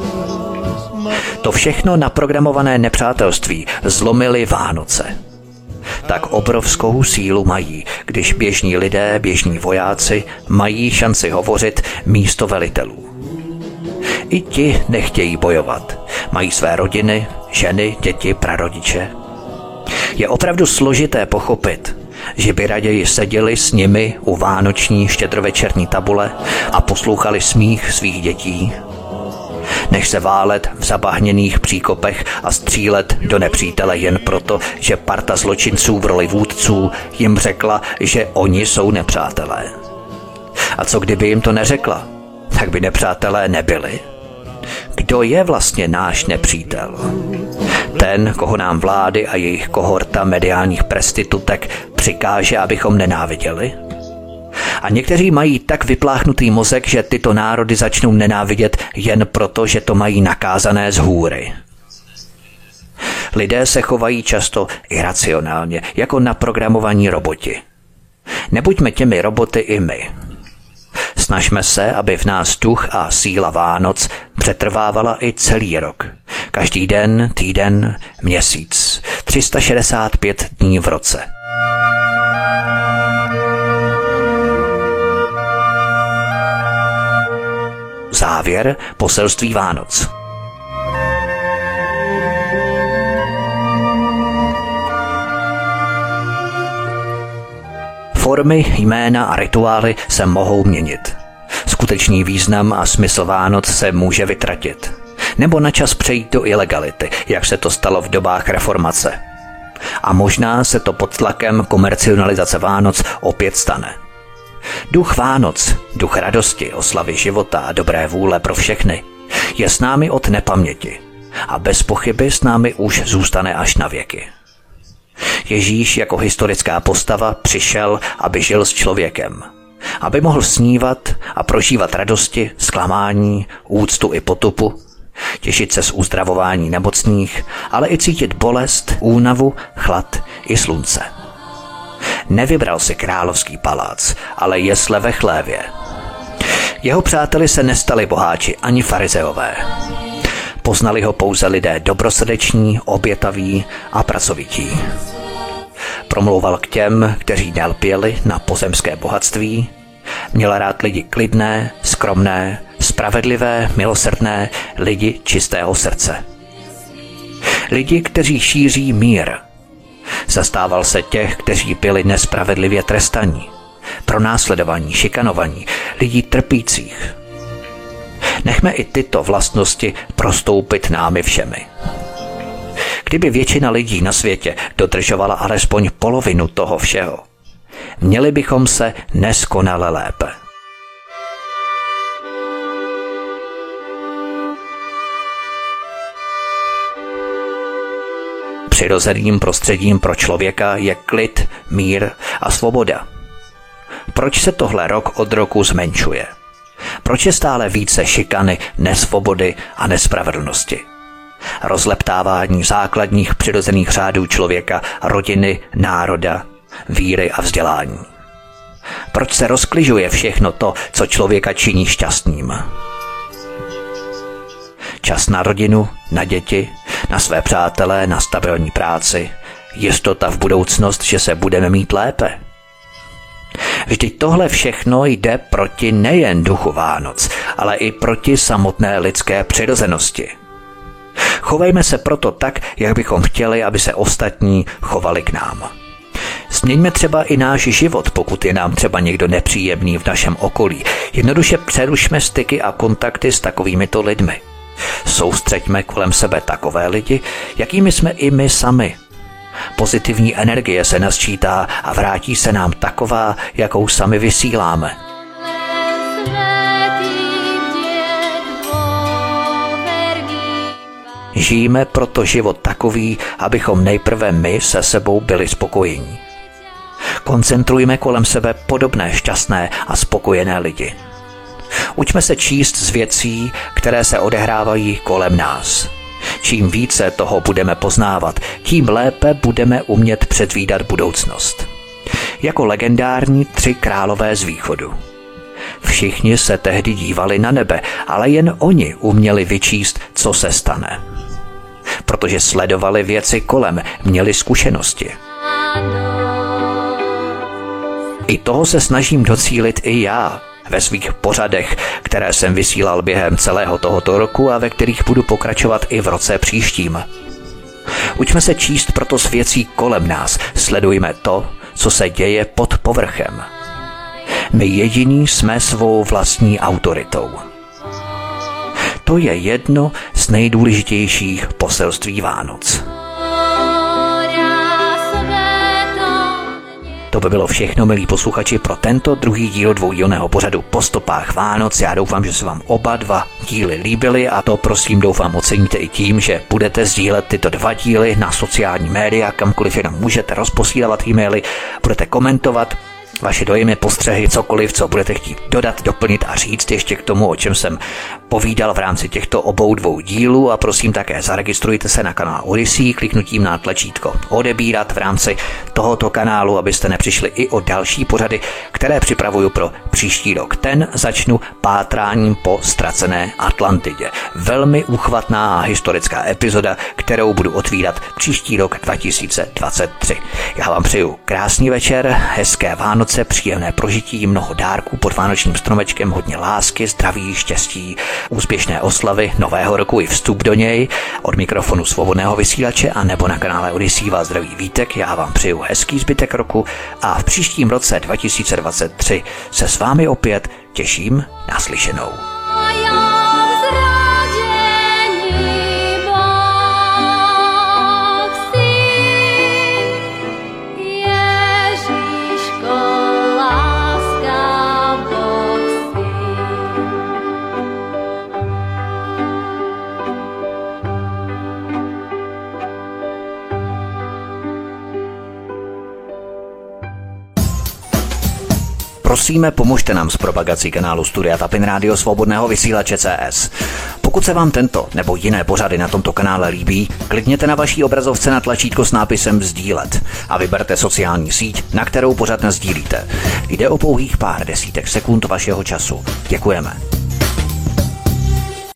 To všechno naprogramované nepřátelství zlomily Vánoce. Tak obrovskou sílu mají, když běžní lidé, běžní vojáci mají šanci hovořit místo velitelů. I ti nechtějí bojovat. Mají své rodiny, ženy, děti, prarodiče. Je opravdu složité pochopit, že by raději seděli s nimi u vánoční štědrovečerní tabule a poslouchali smích svých dětí, než se válet v zabahněných příkopech a střílet do nepřítele jen proto, že parta zločinců v roli vůdců jim řekla, že oni jsou nepřátelé. A co kdyby jim to neřekla? Tak by nepřátelé nebyli. Kdo je vlastně náš nepřítel? Ten, koho nám vlády a jejich kohorta mediálních prestitutek přikáže, abychom nenáviděli? A někteří mají tak vypláchnutý mozek, že tyto národy začnou nenávidět jen proto, že to mají nakázané z hůry. Lidé se chovají často iracionálně, jako naprogramovaní roboti. Nebuďme těmi roboty i my. Snažme se, aby v nás duch a síla Vánoc přetrvávala i celý rok. Každý den, týden, měsíc. 365 dní v roce. Závěr poselství Vánoc. Formy, jména a rituály se mohou měnit. Skutečný význam a smysl Vánoc se může vytratit. Nebo na čas přejít do ilegality, jak se to stalo v dobách reformace. A možná se to pod tlakem komercionalizace Vánoc opět stane. Duch Vánoc, duch radosti, oslavy života a dobré vůle pro všechny, je s námi od nepaměti a bez pochyby s námi už zůstane až na věky. Ježíš jako historická postava přišel, aby žil s člověkem, aby mohl snívat a prožívat radosti, zklamání, úctu i potupu, těšit se z uzdravování nemocných, ale i cítit bolest, únavu, chlad i slunce. Nevybral si královský palác, ale jesle ve chlévě. Jeho přáteli se nestali boháči ani farizeové. Poznali ho pouze lidé dobrosrdeční, obětaví a pracovití. Promlouval k těm, kteří nelpěli na pozemské bohatství, měl rád lidi klidné, skromné, spravedlivé, milosrdné, lidi čistého srdce. Lidi, kteří šíří mír. Zastával se těch, kteří byli nespravedlivě trestaní, pronásledovaní, šikanovaní, lidí trpících. Nechme i tyto vlastnosti prostoupit námi všemi. Kdyby většina lidí na světě dodržovala alespoň polovinu toho všeho, měli bychom se neskonale lépe. Přirozeným prostředím pro člověka je klid, mír a svoboda. Proč se tohle rok od roku zmenšuje? Proč je stále více šikany, nesvobody a nespravedlnosti? Rozleptávání základních přirozených řádů člověka, rodiny, národa, víry a vzdělání. Proč se rozkližuje všechno to, co člověka činí šťastným? Čas na rodinu, na děti, na své přátelé, na stabilní práci, jistota v budoucnost, že se budeme mít lépe. Vždyť tohle všechno jde proti nejen duchu Vánoc, ale i proti samotné lidské přirozenosti. Chovejme se proto tak, jak bychom chtěli, aby se ostatní chovali k nám. Změňme třeba i náš život, pokud je nám třeba někdo nepříjemný v našem okolí. Jednoduše přerušme styky a kontakty s takovýmito lidmi. Soustřeďme kolem sebe takové lidi, jakými jsme i my sami. Pozitivní energie se nasčítá a vrátí se nám taková, jakou sami vysíláme. Žijeme proto život takový, abychom nejprve my se sebou byli spokojení. Koncentrujme kolem sebe podobné šťastné a spokojené lidi. Učme se číst z věcí, které se odehrávají kolem nás. Čím více toho budeme poznávat, tím lépe budeme umět předvídat budoucnost. Jako legendární 3 králové z východu. Všichni se tehdy dívali na nebe, ale jen oni uměli vyčíst, co se stane. Protože sledovali věci kolem, měli zkušenosti. I toho se snažím docílit i já ve svých pořadech, které jsem vysílal během celého tohoto roku a ve kterých budu pokračovat i v roce příštím. Učme se číst proto s věcí kolem nás. Sledujme to, co se děje pod povrchem. My jediní jsme svou vlastní autoritou. To je jedno z nejdůležitějších poselství Vánoc. To by bylo všechno, milí posluchači, pro tento druhý díl dvoudílného pořadu Po stopách Vánoc. Já doufám, že se vám oba dva díly líbily a to prosím doufám oceníte i tím, že budete sdílet tyto dva díly na sociální média, kamkoliv jenom můžete rozposílat e-maily, budete komentovat vaše dojmy, postřehy, cokoliv, co budete chtít dodat, doplnit a říct ještě k tomu, o čem jsem povídal v rámci těchto obou dvou dílů a prosím také zaregistrujte se na kanál Odyssey kliknutím na tlačítko odebírat v rámci tohoto kanálu, abyste nepřišli i o další pořady, které připravuju pro příští rok. Ten začnu pátráním po ztracené Atlantidě. Velmi úchvatná a historická epizoda, kterou budu otvírat příští rok 2023. Já vám přeju krásný večer, hezké Vánoce, příjemné prožití, mnoho dárků pod vánočním stromečkem, hodně lásky, zdraví, štěstí, úspěšné oslavy nového roku i vstup do něj. Od mikrofonu Svobodného vysílače a nebo na kanále Odyssey vás zdraví Vítek. Já vám přeju hezký zbytek roku a v příštím roce 2023 se s vámi opět těším na slyšenou. Prosíme, pomožte nám s propagací kanálu Studia Tapin Rádio Svobodného vysílače CS. Pokud se vám tento nebo jiné pořady na tomto kanále líbí, klikněte na vaší obrazovce na tlačítko s nápisem sdílet a vyberte sociální síť, na kterou pořad nasdílíte. Jde o pouhých pár desítek sekund vašeho času. Děkujeme.